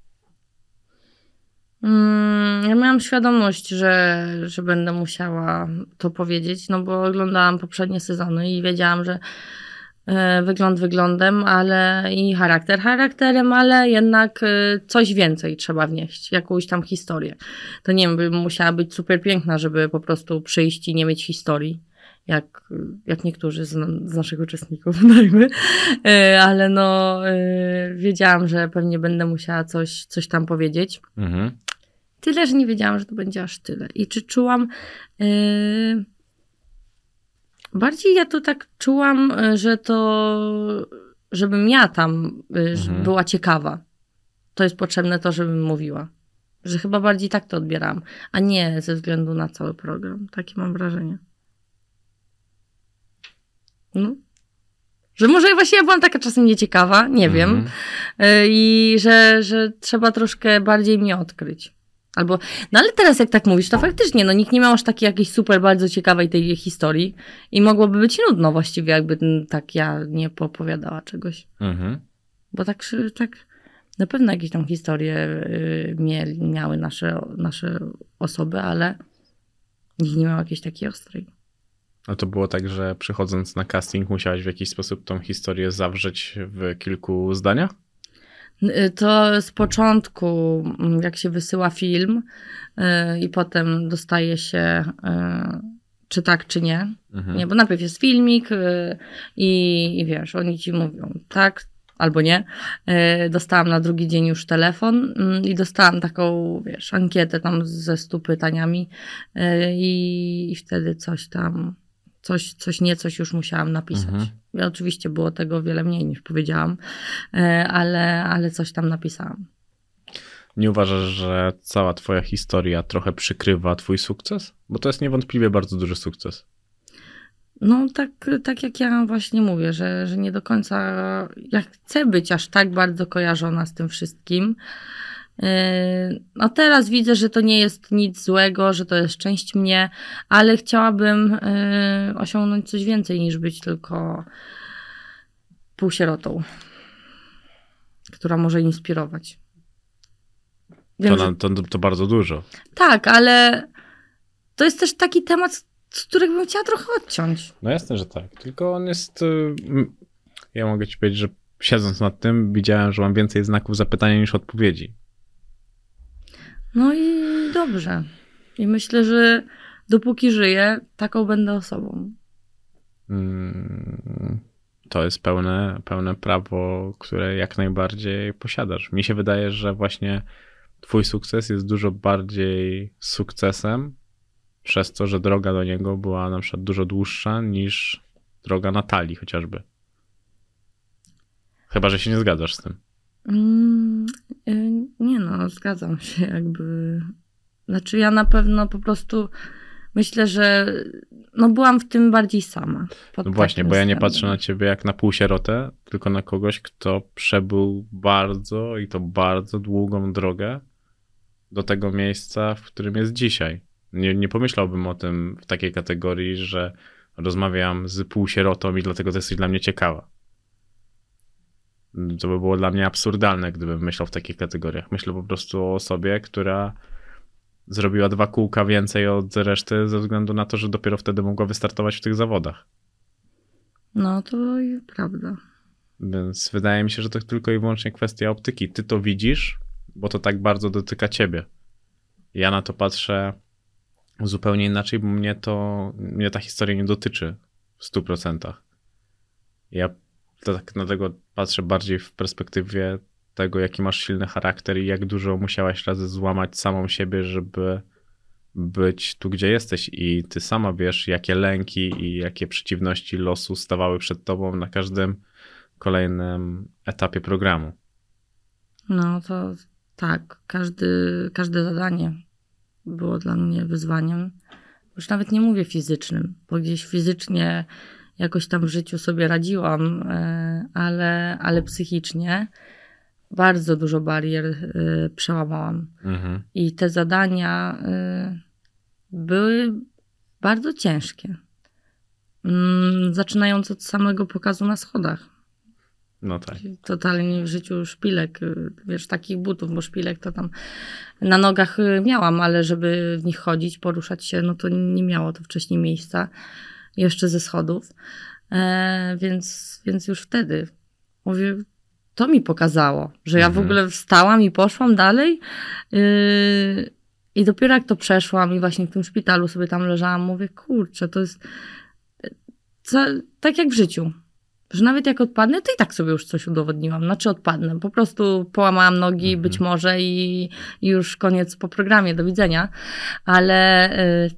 Ja miałam świadomość, że będę musiała to powiedzieć, no bo oglądałam poprzednie sezony i wiedziałam, że wygląd wyglądem, ale i charakter charakterem, ale jednak coś więcej trzeba wnieść, jakąś tam historię. To nie wiem, musiała być super piękna, żeby po prostu przyjść i nie mieć historii, jak niektórzy z naszych uczestników, dajmy. Ale no wiedziałam, że pewnie będę musiała coś tam powiedzieć. Tyle, że nie wiedziałam, że to będzie aż tyle. I czy czułam... Bardziej ja to tak czułam, że to, żebym ja tam była ciekawa. To jest potrzebne to, żebym mówiła. Że chyba bardziej tak to odbierałam, a nie ze względu na cały program. Takie mam wrażenie. No. Że może właśnie ja byłam taka czasem nieciekawa, nie wiem. I że trzeba troszkę bardziej mnie odkryć. Albo, no ale teraz jak tak mówisz, to faktycznie, no nikt nie miał aż takiej jakiejś super bardzo ciekawej tej historii i mogłoby być nudno właściwie, jakby tak ja nie poopowiadała czegoś. Bo tak na pewno jakieś tam historie miały nasze osoby, ale nikt nie miał jakiejś takiej ostrej. A to było tak, że przychodząc na casting musiałaś w jakiś sposób tą historię zawrzeć w kilku zdaniach? To z początku, jak się wysyła film i potem dostaje się czy tak, czy nie. Nie, bo najpierw jest filmik i wiesz, oni ci mówią tak albo nie. Dostałam na drugi dzień już telefon i dostałam taką, wiesz, ankietę tam ze 100 pytaniami i wtedy coś już musiałam napisać. I oczywiście było tego wiele mniej niż powiedziałam, ale coś tam napisałam. Nie uważasz, że cała twoja historia trochę przykrywa twój sukces? Bo to jest niewątpliwie bardzo duży sukces. No tak jak ja właśnie mówię, że nie do końca ja chcę być aż tak bardzo kojarzona z tym wszystkim. No teraz widzę, że to nie jest nic złego, że to jest część mnie, ale chciałabym osiągnąć coś więcej niż być tylko półsierotą, która może inspirować. Wiem, to bardzo dużo. Tak, ale to jest też taki temat, z którego bym chciała trochę odciąć. No jasne, że tak. Tylko on jest... Ja mogę ci powiedzieć, że siedząc nad tym widziałem, że mam więcej znaków zapytania niż odpowiedzi. No i dobrze. I myślę, że dopóki żyję, taką będę osobą. To jest pełne prawo, które jak najbardziej posiadasz. Mi się wydaje, że właśnie twój sukces jest dużo bardziej sukcesem przez to, że droga do niego była na przykład dużo dłuższa niż droga Natalii chociażby. Chyba, że się nie zgadzasz z tym. Nie no, zgadzam się jakby. Znaczy ja na pewno po prostu myślę, że no byłam w tym bardziej sama. No właśnie, bo ja nie patrzę na ciebie jak na półsierotę, tylko na kogoś, kto przebył bardzo i to bardzo długą drogę do tego miejsca, w którym jest dzisiaj. Nie pomyślałbym o tym w takiej kategorii, że rozmawiam z półsierotą i dlatego to jesteś dla mnie ciekawa. To by było dla mnie absurdalne, gdybym myślał w takich kategoriach. Myślę po prostu o osobie, która zrobiła 2 kółka więcej od reszty ze względu na to, że dopiero wtedy mogła wystartować w tych zawodach. No to prawda. Więc wydaje mi się, że to tylko i wyłącznie kwestia optyki. Ty to widzisz, bo to tak bardzo dotyka ciebie. Ja na to patrzę zupełnie inaczej, bo mnie ta historia nie dotyczy w 100%. Ja to tak dlatego patrzę bardziej w perspektywie tego, jaki masz silny charakter i jak dużo musiałaś razy złamać samą siebie, żeby być tu, gdzie jesteś. I ty sama wiesz, jakie lęki i jakie przeciwności losu stawały przed tobą na każdym kolejnym etapie programu. No to tak, każde zadanie było dla mnie wyzwaniem. Już nawet nie mówię fizycznym, bo gdzieś fizycznie jakoś tam w życiu sobie radziłam, ale psychicznie bardzo dużo barier przełamałam. I te zadania były bardzo ciężkie. Zaczynając od samego pokazu na schodach. No tak. Totalnie w życiu szpilek, wiesz, takich butów, bo szpilek to tam na nogach miałam, ale żeby w nich chodzić, poruszać się, no to nie miało to wcześniej miejsca. Jeszcze ze schodów. Więc już wtedy mówię, to mi pokazało, że ja w ogóle wstałam i poszłam dalej. I dopiero jak to przeszłam i właśnie w tym szpitalu sobie tam leżałam, mówię, kurczę, to jest tak jak w życiu. Że nawet jak odpadnę, to i tak sobie już coś udowodniłam. Znaczy odpadnę. Po prostu połamałam nogi być może i już koniec po programie, do widzenia. Ale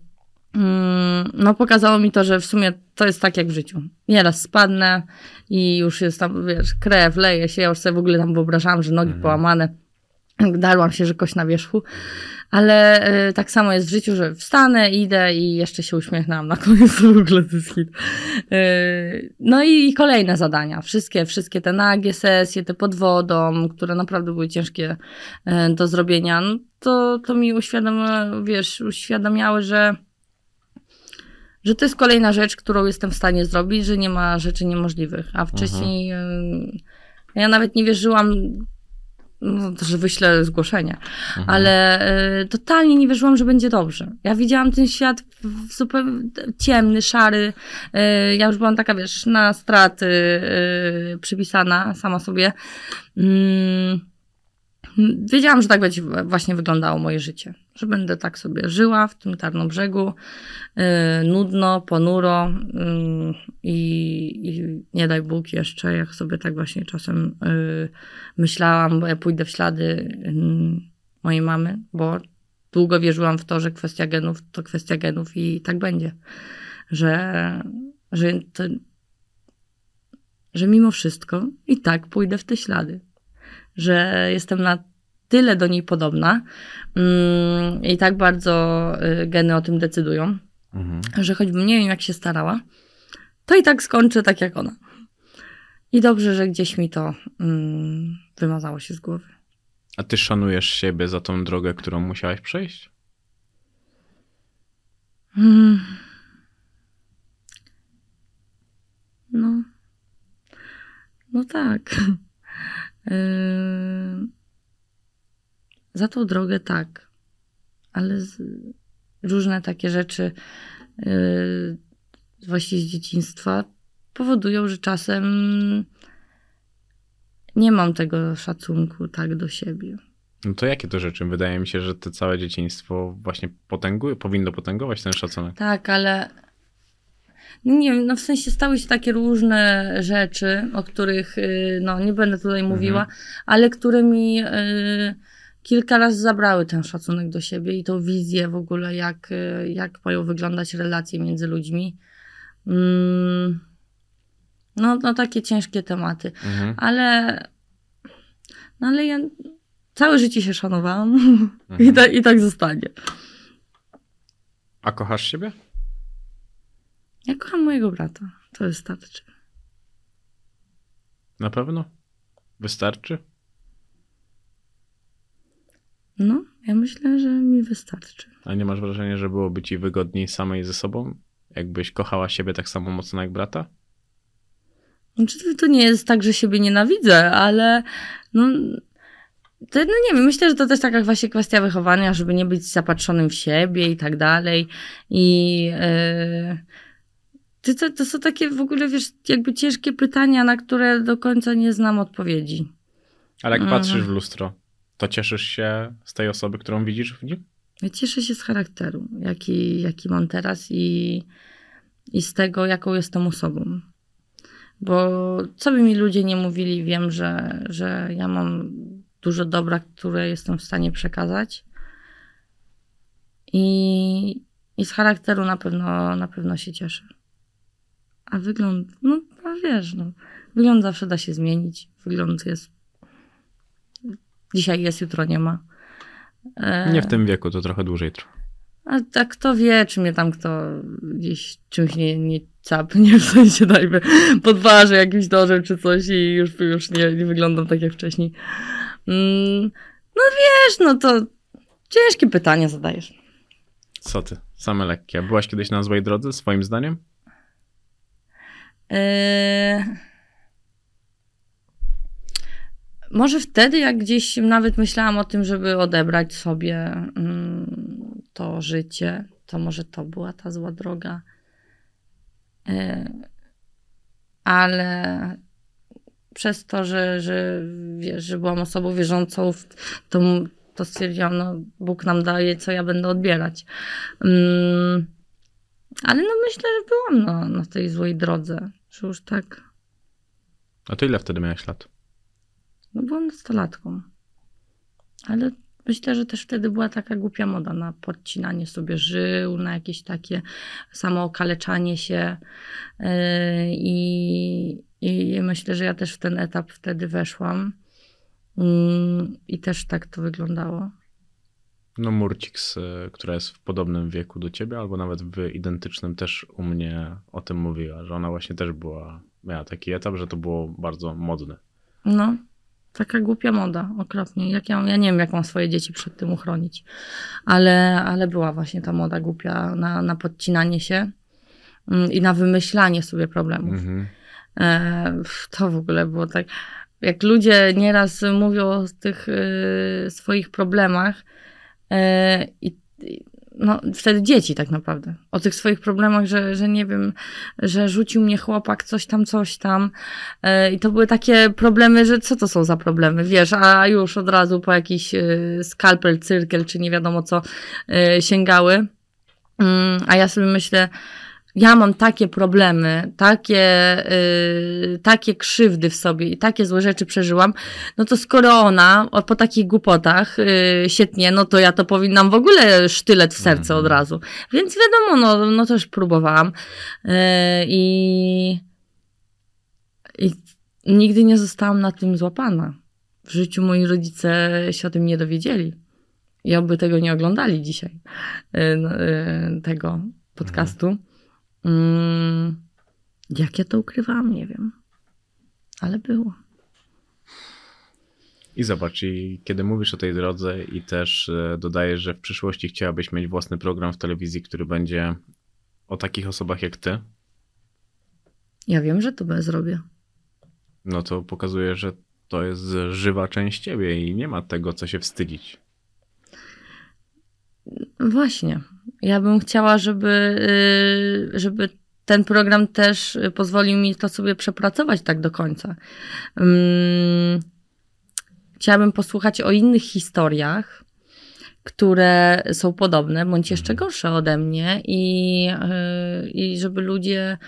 no pokazało mi to, że w sumie to jest tak jak w życiu. Nieraz spadnę i już jest tam, wiesz, krew leje się. Ja już sobie w ogóle tam wyobrażałam, że nogi połamane. Darłam się, że kość na wierzchu, ale tak samo jest w życiu, że wstanę, idę i jeszcze się uśmiechnęłam na koniec, w ogóle to jest hit. No i kolejne zadania, wszystkie te nagie sesje, te pod wodą, które naprawdę były ciężkie do zrobienia, no to mi uświadamiały, że to jest kolejna rzecz, którą jestem w stanie zrobić, że nie ma rzeczy niemożliwych, a wcześniej ja nawet nie wierzyłam, no, że wyślę zgłoszenie, ale totalnie nie wierzyłam, że będzie dobrze. Ja widziałam ten świat zupełnie ciemny, szary. Ja już byłam taka, wiesz, na straty przypisana sama sobie. Wiedziałam, że tak będzie właśnie wyglądało moje życie. Że będę tak sobie żyła w tym Tarnobrzegu, nudno, ponuro i nie daj Bóg jeszcze, jak sobie tak właśnie czasem myślałam, bo ja pójdę w ślady mojej mamy, bo długo wierzyłam w to, że kwestia genów to kwestia genów i tak będzie. Że mimo wszystko i tak pójdę w te ślady. Że jestem na tyle do niej podobna i tak bardzo geny o tym decydują, że choćbym nie wiem, jak się starała, to i tak skończę tak jak ona. I dobrze, że gdzieś mi to wymazało się z głowy. A ty szanujesz siebie za tą drogę, którą musiałaś przejść? No tak. Za tą drogę tak, ale różne takie rzeczy właśnie z dzieciństwa powodują, że czasem nie mam tego szacunku tak do siebie. No to jakie to rzeczy? Wydaje mi się, że to całe dzieciństwo właśnie powinno potęgować ten szacunek. Tak, ale nie wiem, no w sensie stały się takie różne rzeczy, o których no nie będę tutaj mówiła, ale które mi kilka razy zabrały ten szacunek do siebie i tą wizję w ogóle, jak mają wyglądać relacje między ludźmi. No takie ciężkie tematy. Ale ja całe życie się szanowałam i tak zostanie. A kochasz siebie? Ja kocham mojego brata. To wystarczy. Na pewno? Wystarczy? No, ja myślę, że mi wystarczy. A nie masz wrażenia, że byłoby ci wygodniej samej ze sobą? Jakbyś kochała siebie tak samo mocno jak brata? Znaczy, to nie jest tak, że siebie nienawidzę, ale no nie wiem, myślę, że to też taka właśnie kwestia wychowania, żeby nie być zapatrzonym w siebie i tak dalej. I to są takie w ogóle, wiesz, jakby ciężkie pytania, na które do końca nie znam odpowiedzi. Ale jak patrzysz w lustro, to cieszysz się z tej osoby, którą widzisz w nim? Ja cieszę się z charakteru, jaki mam teraz i z tego, jaką jestem osobą. Bo co by mi ludzie nie mówili, wiem, że ja mam dużo dobra, które jestem w stanie przekazać. I z charakteru na pewno się cieszę. A wygląd, no wiesz, wygląd zawsze da się zmienić. Wygląd jest, dzisiaj jest, jutro nie ma. Nie w tym wieku, to trochę dłużej trwa. A tak kto wie, czy mnie tam kto gdzieś czymś nie capnie, w sensie dajmy podważy jakimś nożem czy coś i już nie wyglądam tak jak wcześniej. No wiesz, no to ciężkie pytania zadajesz. Co ty? Same lekkie. Byłaś kiedyś na złej drodze, swoim zdaniem? Może wtedy, jak gdzieś nawet myślałam o tym, żeby odebrać sobie to życie, to może to była ta zła droga. Ale przez to, że wiesz, że byłam osobą wierzącą, to stwierdziłam, no Bóg nam daje, co ja będę odbierać. Ale no myślę, że byłam na tej złej drodze, że już tak. A to ile wtedy miałeś lat? No byłam nastolatką. Ale myślę, że też wtedy była taka głupia moda na podcinanie sobie żył, na jakieś takie samookaleczanie się. I myślę, że ja też w ten etap wtedy weszłam. I też tak to wyglądało. No Murcix, która jest w podobnym wieku do ciebie, albo nawet w identycznym, też u mnie o tym mówiła, że ona właśnie też miała taki etap, że to było bardzo modne. No, taka głupia moda, okropnie. Ja nie wiem, jak mam swoje dzieci przed tym uchronić, ale była właśnie ta moda głupia na podcinanie się i na wymyślanie sobie problemów. To w ogóle było tak, jak ludzie nieraz mówią o tych swoich problemach, no wtedy dzieci tak naprawdę, o tych swoich problemach, że nie wiem, że rzucił mnie chłopak, coś tam i to były takie problemy, że co to są za problemy, wiesz, a już od razu po jakiś skalpel, cyrkel, czy nie wiadomo co sięgały, a ja sobie myślę, ja mam takie problemy, takie krzywdy w sobie i takie złe rzeczy przeżyłam, no to skoro ona po takich głupotach sietnie, no to ja to powinnam w ogóle sztylet w serce od razu. Więc wiadomo, no też próbowałam i nigdy nie zostałam na tym złapana. W życiu moi rodzice się o tym nie dowiedzieli i oby tego nie oglądali dzisiaj, tego podcastu. Jak ja to ukrywałam, nie wiem. Ale było. I zobacz, i kiedy mówisz o tej drodze i też dodajesz, że w przyszłości chciałabyś mieć własny program w telewizji, który będzie o takich osobach jak ty. Ja wiem, że to zrobię. No to pokazuje, że to jest żywa część ciebie i nie ma tego, co się wstydzić. Właśnie. Ja bym chciała, żeby ten program też pozwolił mi to sobie przepracować tak do końca. Chciałabym posłuchać o innych historiach, które są podobne, bądź jeszcze gorsze ode mnie i żeby ludzie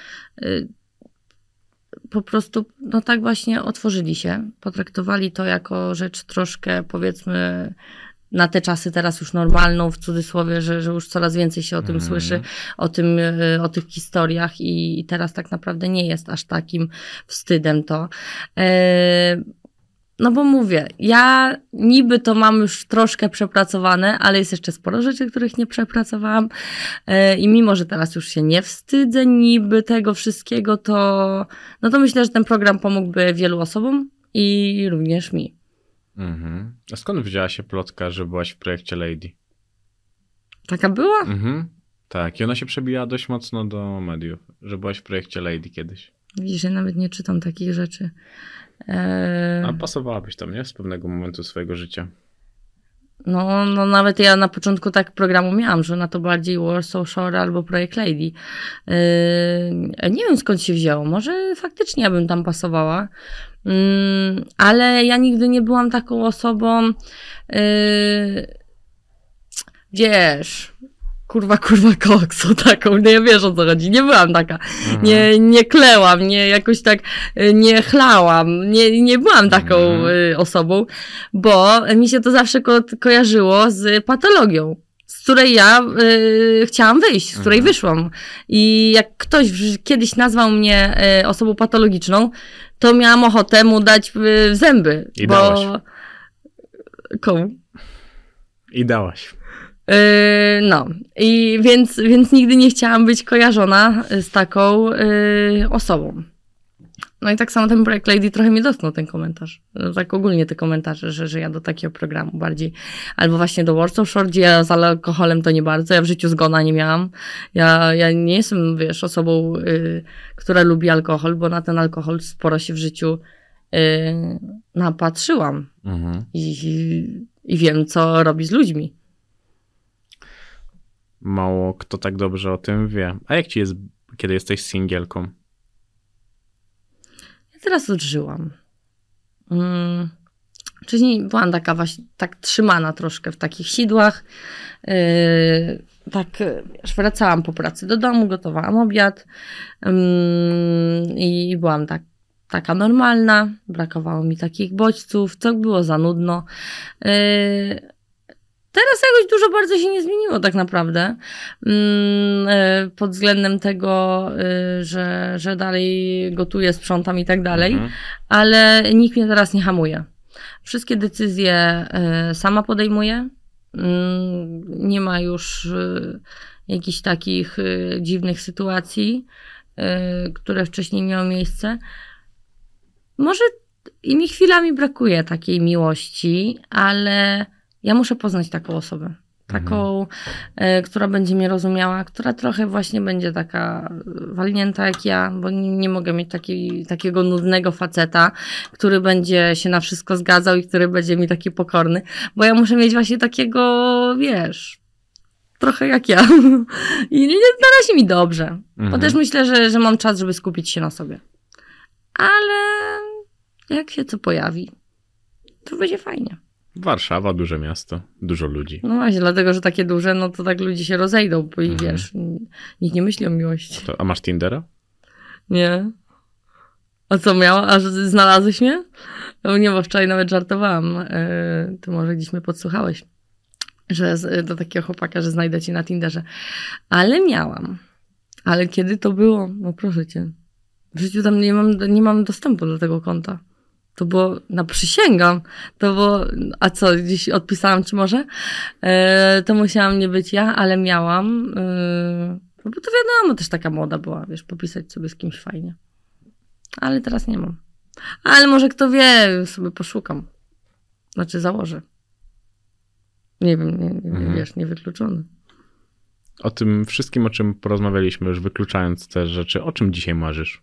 po prostu no tak właśnie otworzyli się, potraktowali to jako rzecz troszkę, powiedzmy, na te czasy teraz już normalną, w cudzysłowie, że już coraz więcej się o tym słyszy, o tych historiach i teraz tak naprawdę nie jest aż takim wstydem to. No bo mówię, ja niby to mam już troszkę przepracowane, ale jest jeszcze sporo rzeczy, których nie przepracowałam i mimo, że teraz już się nie wstydzę niby tego wszystkiego, to myślę, że ten program pomógłby wielu osobom i również mi. A skąd wzięła się plotka, że byłaś w projekcie Lady? Taka była? Tak, i ona się przebijała dość mocno do mediów, że byłaś w projekcie Lady kiedyś. Widzisz, ja nawet nie czytam takich rzeczy. A pasowałabyś tam, nie? Z pewnego momentu swojego życia. No nawet ja na początku tak programu miałam, że na to bardziej Warsaw Shore albo projekt Lady. Nie wiem skąd się wzięło. Może faktycznie ja bym tam pasowała. Ale ja nigdy nie byłam taką osobą, wiesz, kurwa kokso taką, nie wiesz o co chodzi, nie byłam taka, nie klełam, nie jakoś tak, nie chlałam, nie byłam taką osobą, bo mi się to zawsze kojarzyło z patologią, z której ja chciałam wyjść, z której wyszłam. I jak ktoś kiedyś nazwał mnie osobą patologiczną, to miałam ochotę mu dać w zęby. I dałaś. Komu? I dałaś. No. I więc nigdy nie chciałam być kojarzona z taką osobą. No i tak samo ten projekt Lady trochę mnie dotknął, ten komentarz. No, tak ogólnie te komentarze, że ja do takiego programu bardziej. Albo właśnie do Warsaw Shore, gdzie ja z alkoholem to nie bardzo. Ja w życiu zgona nie miałam. Ja nie jestem, wiesz, osobą, która lubi alkohol, bo na ten alkohol sporo się w życiu napatrzyłam. I wiem, co robi z ludźmi. Mało kto tak dobrze o tym wie. A jak ci jest, kiedy jesteś singielką? Teraz odżyłam. Wcześniej byłam taka właśnie, tak trzymana troszkę w takich sidłach. Tak, wiesz, wracałam po pracy do domu, gotowałam obiad i byłam taka normalna. Brakowało mi takich bodźców, co było za nudno. Teraz jakoś dużo bardzo się nie zmieniło tak naprawdę pod względem tego, że dalej gotuję, sprzątam i tak dalej, ale nikt mnie teraz nie hamuje. Wszystkie decyzje sama podejmuję. Nie ma już jakichś takich dziwnych sytuacji, które wcześniej miały miejsce. Może i mi chwilami brakuje takiej miłości, ale ja muszę poznać taką osobę. Taką, która będzie mnie rozumiała, która trochę właśnie będzie taka walnięta jak ja, bo nie mogę mieć takiego nudnego faceta, który będzie się na wszystko zgadzał i który będzie mi taki pokorny, bo ja muszę mieć właśnie takiego, wiesz, trochę jak ja. I na razie mi dobrze, bo też myślę, że mam czas, żeby skupić się na sobie. Ale jak się co pojawi, to będzie fajnie. Warszawa, duże miasto, dużo ludzi. No właśnie, dlatego, że takie duże, no to tak ludzie się rozejdą, bo i wiesz, nikt nie myśli o miłości. A masz Tindera? Nie. A co miała? A znalazłeś mnie? No nie, bo wczoraj nawet żartowałam. Ty może gdzieś mnie podsłuchałeś, że do takiego chłopaka, że znajdę cię na Tinderze. Ale miałam. Ale kiedy to było? No proszę cię. W życiu tam nie mam dostępu do tego konta. To było, przysięgam, to było, a co, gdzieś odpisałam ci może? To musiałam nie być ja, ale miałam, bo to wiadomo, też taka moda była, wiesz, popisać sobie z kimś fajnie. Ale teraz nie mam. Ale może kto wie, sobie poszukam. Znaczy założę. Nie wiem, wiesz, niewykluczone. O tym wszystkim, o czym porozmawialiśmy, już wykluczając te rzeczy, o czym dzisiaj marzysz?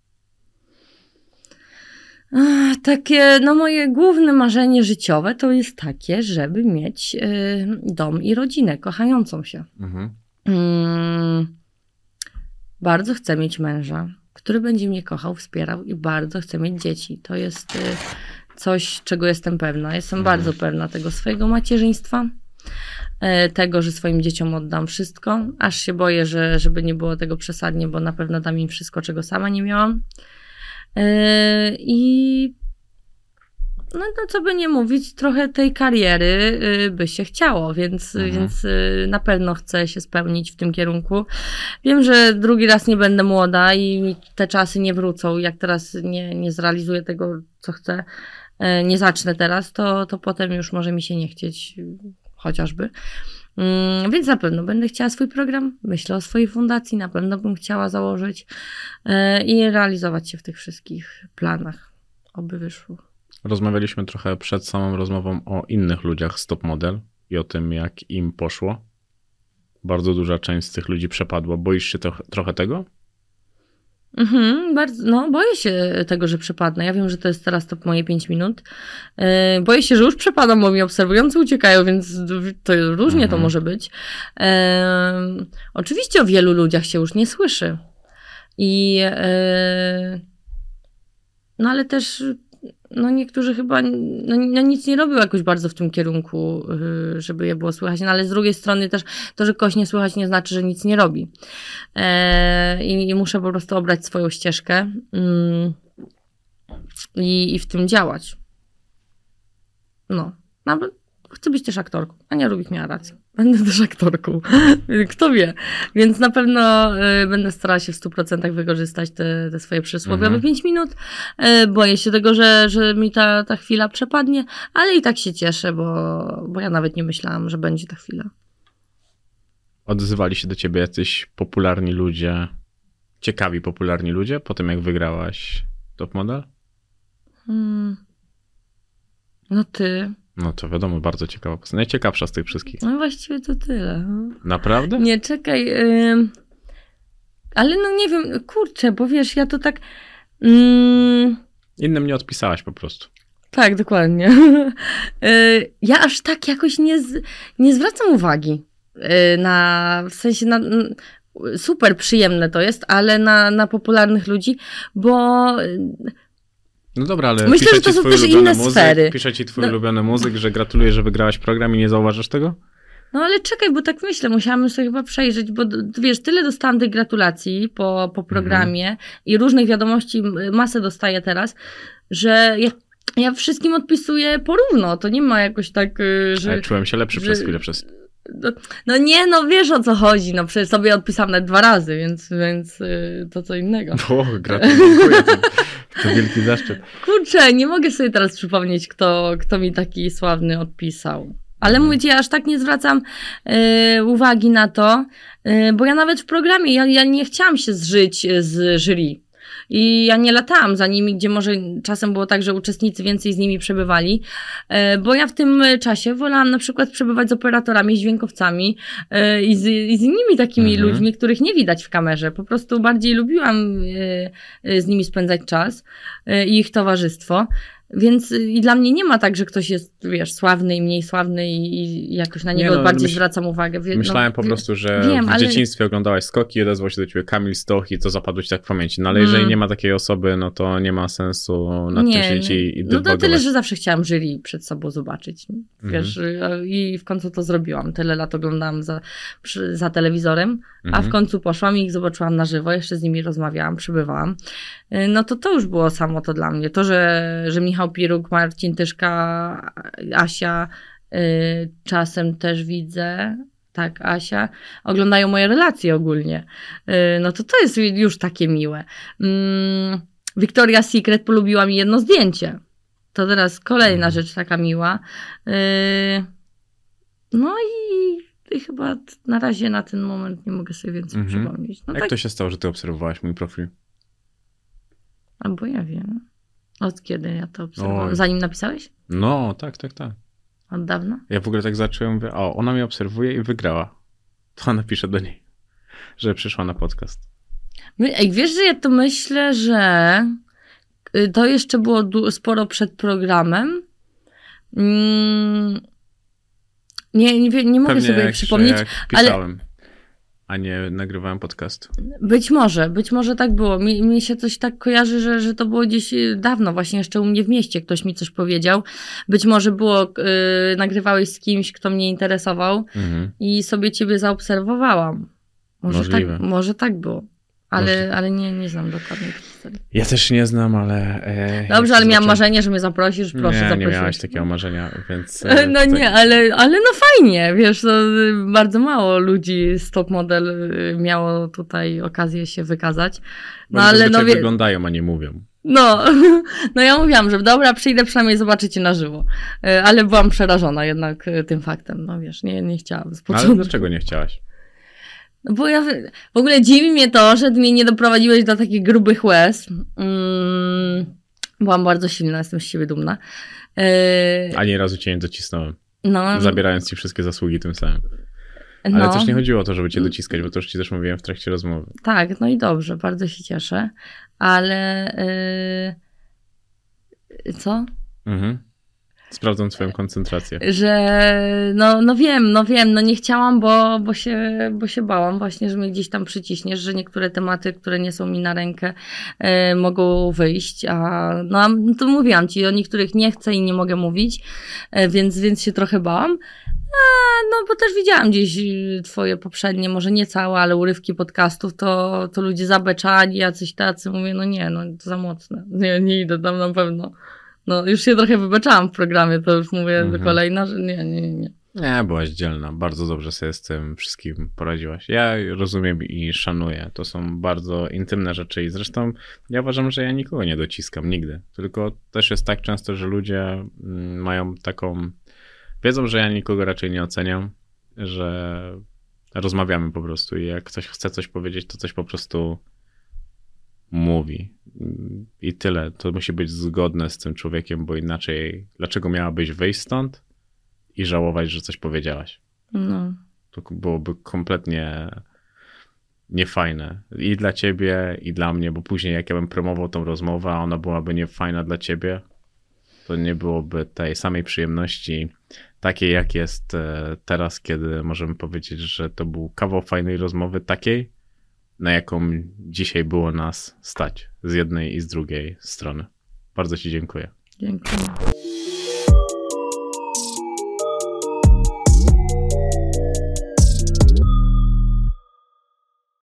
Takie, no moje główne marzenie życiowe to jest takie, żeby mieć dom i rodzinę kochającą się. Bardzo chcę mieć męża, który będzie mnie kochał, wspierał i bardzo chcę mieć dzieci. To jest coś, czego jestem pewna. Jestem bardzo pewna tego swojego macierzyństwa, tego, że swoim dzieciom oddam wszystko. Aż się boję, żeby nie było tego przesadnie, bo na pewno dam im wszystko, czego sama nie miałam. I no co by nie mówić, trochę tej kariery by się chciało, więc na pewno chcę się spełnić w tym kierunku. Wiem, że drugi raz nie będę młoda i te czasy nie wrócą. Jak teraz nie zrealizuję tego, co chcę, nie zacznę teraz, to potem już może mi się nie chcieć chociażby. Więc na pewno będę chciała swój program, myślę o swojej fundacji, na pewno bym chciała założyć i realizować się w tych wszystkich planach, oby wyszło. Rozmawialiśmy trochę przed samą rozmową o innych ludziach z Top Model i o tym, jak im poszło. Bardzo duża część z tych ludzi przepadła. Boisz się trochę tego? Bardzo, no boję się tego, że przepadnę. Ja wiem, że to jest teraz top moje 5 minut. Boję się, że już przepadam, bo mi obserwujący uciekają, więc to różnie to może być. Oczywiście o wielu ludziach się już nie słyszy. No ale też no niektórzy chyba nic nie robią jakoś bardzo w tym kierunku, żeby je było słychać, no ale z drugiej strony też to, że kogoś nie słychać, nie znaczy, że nic nie robi. I muszę po prostu obrać swoją ścieżkę i w tym działać. No, nawet chcę być też aktorką. Ania Rubik miała rację. Będę też aktorką. Kto wie. Więc na pewno będę starała się w 100% wykorzystać te swoje przysłowiowe 5 minut. Boję się tego, że mi ta chwila przepadnie, ale i tak się cieszę, bo ja nawet nie myślałam, że będzie ta chwila. Odzywali się do ciebie jacyś popularni ludzie, ciekawi popularni ludzie po tym, jak wygrałaś Top Model? No ty... No to wiadomo, bardzo ciekawa postać. Najciekawsza z tych wszystkich. No właściwie to tyle. Naprawdę? Nie, czekaj. Ale no nie wiem, kurczę, bo wiesz, ja to tak... Innym nie odpisałaś po prostu. Tak, dokładnie. Ja aż tak jakoś nie zwracam uwagi w sensie super przyjemne to jest, ale na popularnych ludzi, bo... No dobra, ale myślę, że to są też inne sfery. Pisze ci twój ulubiony muzyk, że gratuluję, że wygrałaś program i nie zauważasz tego? No ale czekaj, bo tak myślę, musiałam sobie chyba przejrzeć, bo wiesz, tyle dostałam tych gratulacji po programie i różnych wiadomości masę dostaję teraz, że ja wszystkim odpisuję porówno, to nie ma jakoś tak, że... Ja czułem się lepszy przez chwilę. No nie, no wiesz o co chodzi, no przecież sobie odpisałam nawet 2 razy, więc to co innego. O, gratuluję. To wielki zaszczyt. Kurczę, nie mogę sobie teraz przypomnieć, kto mi taki sławny odpisał. Ale mówię ci, ja aż tak nie zwracam uwagi na to, bo ja nawet w programie, ja nie chciałam się zżyć z jury. I ja nie latałam za nimi, gdzie może czasem było tak, że uczestnicy więcej z nimi przebywali, bo ja w tym czasie wolałam na przykład przebywać z operatorami, z dźwiękowcami i z innymi takimi ludźmi, których nie widać w kamerze. Po prostu bardziej lubiłam z nimi spędzać czas i ich towarzystwo. Więc i dla mnie nie ma tak, że ktoś jest, wiesz, sławny i mniej sławny i jakoś na niego bardziej zwracam uwagę. Myślałem po prostu, że w dzieciństwie oglądałaś Skoki i odezwał się do ciebie Kamil Stoch i to zapadło ci tak w pamięci. No ale jeżeli nie ma takiej osoby, no to nie ma sensu nad tym siedzieć i dywagować. No to tyle, że zawsze chciałam jury przed sobą zobaczyć. Wiesz, i w końcu to zrobiłam. Tyle lat oglądałam za telewizorem, a w końcu poszłam i ich zobaczyłam na żywo, jeszcze z nimi rozmawiałam, przybywałam. No to już było samo to dla mnie. To, że Michał Piruk, Marcin Tyszka, Asia, czasem też widzę, tak, Asia, oglądają moje relacje ogólnie. No to jest już takie miłe. Victoria's Secret polubiła mi jedno zdjęcie. To teraz kolejna rzecz taka miła. No i chyba na razie na ten moment nie mogę sobie więcej przypomnieć. No jak to się stało, że ty obserwowałaś mój profil? Albo ja wiem. Od kiedy ja to obserwowałam? Zanim napisałeś? No, tak. Od dawna? Ja w ogóle tak zacząłem, mówię, ona mnie obserwuje i wygrała. To napiszę do niej, że przyszła na podcast. Wiesz, że ja to myślę, że to jeszcze było sporo przed programem. Nie mogę pewnie sobie przypomnieć. Jak pisałem. A nie nagrywałem podcastu. Być może tak było. Mi się coś tak kojarzy, że to było gdzieś dawno, właśnie jeszcze u mnie w mieście ktoś mi coś powiedział. Być może było, nagrywałeś z kimś, kto mnie interesował i sobie ciebie zaobserwowałam. Może tak było. Ale nie znam dokładnie tej historii. Ja też nie znam, ale... Dobrze, ale miałam marzenie, że mnie zaprosisz. Proszę, zaprosić. Nie miałaś takiego marzenia, więc... No nie, ale no fajnie, wiesz, to bardzo mało ludzi z Top Model miało tutaj okazję się wykazać. No ale wyglądają, a nie mówią. No ja mówiłam, że dobra, przyjdę przynajmniej zobaczyć cię na żywo. Ale byłam przerażona jednak tym faktem, no wiesz, nie chciałam. Ale dlaczego nie chciałaś? No bo ja w ogóle dziwi mnie to, że ty mnie nie doprowadziłeś do takich grubych łez. Byłam bardzo silna, jestem z siebie dumna. Ani razu cię nie docisnąłem. Zabierając ci wszystkie zasługi tym samym. Ale też nie chodziło o to, żeby cię dociskać, bo to już ci też mówiłem w trakcie rozmowy. Tak, no i dobrze, bardzo się cieszę. Ale co? Sprawdzam twoją koncentrację. Że no wiem, nie chciałam, bo się bałam właśnie, że mnie gdzieś tam przyciśniesz, że niektóre tematy, które nie są mi na rękę, mogą wyjść, a to mówiłam ci, o niektórych nie chcę i nie mogę mówić, więc się trochę bałam. No bo też widziałam gdzieś twoje poprzednie, może nie całe, ale urywki podcastów, to ludzie zabeczali, jacyś tacy, mówię, to za mocne, nie idę tam na pewno. No, już się trochę wybeczałam w programie, to już mówię kolejna, że nie. Nie, byłaś dzielna. Bardzo dobrze sobie z tym wszystkim poradziłaś. Ja rozumiem i szanuję. To są bardzo intymne rzeczy i zresztą ja uważam, że ja nikogo nie dociskam nigdy. Tylko też jest tak często, że ludzie mają taką... Wiedzą, że ja nikogo raczej nie oceniam, że rozmawiamy po prostu i jak ktoś chce coś powiedzieć, to coś po prostu mówi. I tyle. To musi być zgodne z tym człowiekiem, bo inaczej dlaczego miałabyś wyjść stąd i żałować, że coś powiedziałaś? No. To byłoby kompletnie niefajne. I dla ciebie, i dla mnie, bo później jak ja bym promował tą rozmowę, a ona byłaby niefajna dla ciebie, to nie byłoby tej samej przyjemności takiej, jak jest teraz, kiedy możemy powiedzieć, że to był kawał fajnej rozmowy takiej, na jaką dzisiaj było nas stać z jednej i z drugiej strony. Bardzo ci dziękuję. Dziękuję.